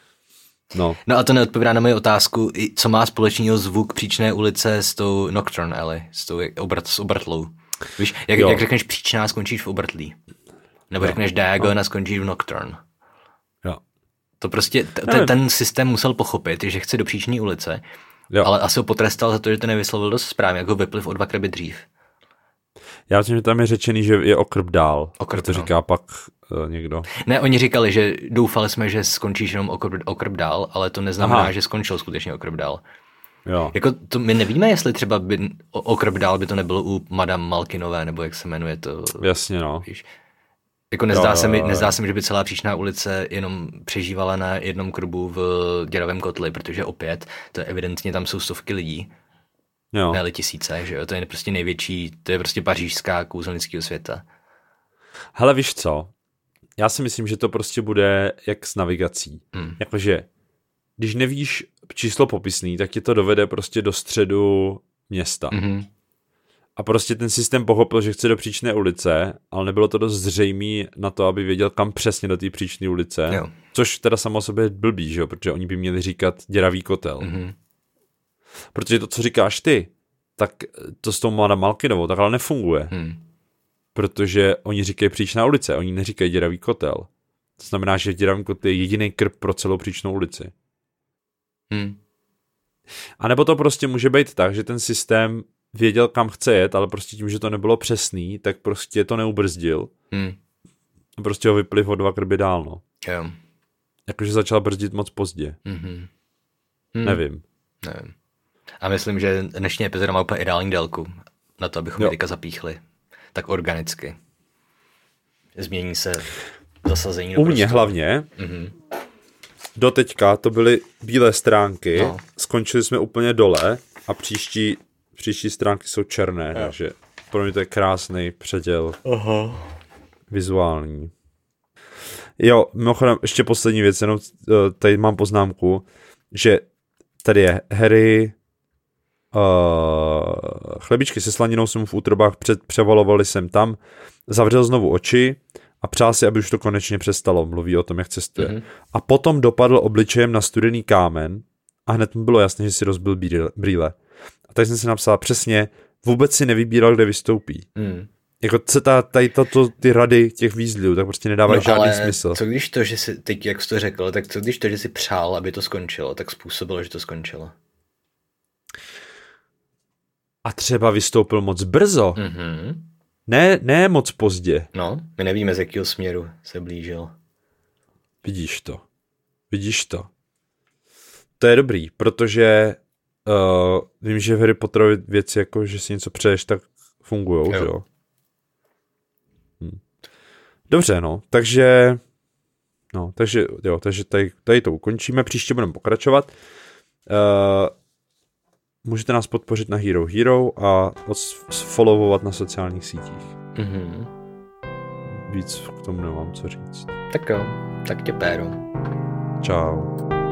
No. no a to neodpovídá na moji otázku, co má společného zvuk Příčné ulice s tou Nocturne Alley, s tou obrat, s obrtlou. Víš, jak, jak řekneš Příčná, skončíš v obrtlí. Nebo jo. řekneš Diagon no. a skončíš v Nocturne. Jo. To prostě, t- ten, ten systém musel pochopit, že chce do Příčné ulice, jo. ale asi ho potrestal za to, že to nevyslovil dost správně, jako vypliv o dva krby dřív. Já myslím, že tam je řečený, že je o krb dál. O krb, to no. říká pak uh, někdo. Ne, oni říkali, že doufali jsme, že skončíš jenom o krb, o krb dál, ale to neznamená, Aha. že skončil skutečně o krb dál. Jo. Jako to my nevíme, jestli třeba by, o, o krb dál by to nebylo u Madame Malkinové, nebo jak se jmenuje to. Jasně, no. Víš? Jako nezdá, jo, se mi, nezdá se mi, že by celá Příčná ulice jenom přežívala na jednom krbu v děravém kotli, protože opět, to je evidentně, tam jsou stovky lidí. Jo. Ne, ale tisíce, že jo, to je prostě největší, to je prostě pařížská kouzelnického světa. Hele, víš co, já si myslím, že to prostě bude jak s navigací. Hmm. Jakože, když nevíš číslo popisný, tak ti to dovede prostě do středu města. Mm-hmm. A prostě ten systém pochopil, že chce do Příčné ulice, ale nebylo to dost zřejmé na to, aby věděl, kam přesně do té Příčné ulice. Jo. Což teda samo o sobě blbý, že jo, protože oni by měli říkat děravý kotel. Mm-hmm. Protože to, co říkáš ty, tak to s tou Madame Malkinovou tak ale nefunguje. Hmm. Protože oni říkají Příčná ulice, oni neříkají děravý kotel. To znamená, že děravý kotel je jediný krb pro celou Příčnou ulici. Hmm. A nebo to prostě může být tak, že ten systém věděl, kam chce jet, ale prostě tím, že to nebylo přesný, tak prostě to neubrzdil. Hmm. Prostě ho vypli o dva krby dál, no. Jo. Jakože začal brzdit moc pozdě. Mm-hmm. Hmm. Nevím. Nevím. A myslím, že dnešní epizoda má úplně ideální délku na to, abychom ji teďka zapíchli. Tak organicky. Změní se zasazení do U mě prostoru. hlavně. Mm-hmm. Doteďka to byly bílé stránky, no. Skončili jsme úplně dole a příští, příští stránky jsou černé, jo. Takže pro mě to je krásný předěl. Aha. Vizuální. Jo, mimochodem, ještě poslední věc, jenom tady mám poznámku, že tady je Harry, uh, chlebičky se slaninou jsem mu v útrobách před, převalovali jsem tam, zavřel znovu oči a přál si, aby už to konečně přestalo, mluví o tom, jak cestuje. Mm-hmm. A potom dopadl obličejem na studený kámen a hned mu bylo jasné, že si rozbil brýle. A tady jsem si napsal přesně, vůbec si nevybíral, kde vystoupí. Mm. Jako se ta, tady tato, ty rady těch výzlů, tak prostě nedávají no, žádný smysl. Co když to, že si, teď jak jsi to řekl, tak co když to, že si přál, aby to skončilo, tak způsobilo, že to skončilo? A třeba vystoupil moc brzo. Mm-hmm. Ne, ne moc pozdě. No, my nevíme, z jakého směru se blížil. Vidíš to. Vidíš to. To je dobrý, protože uh, vím, že v Harry Potterovi věci, jako že si něco přeješ, tak fungujou, jo. Že jo? Hm. Dobře, no, takže no, takže jo, takže tady, tady to ukončíme, příště budeme pokračovat. Uh, můžete nás podpořit na Hero Hero a followovat na sociálních sítích. Mm-hmm. Víc k tomu nemám co říct. Tak jo, tak tě péru. Čau.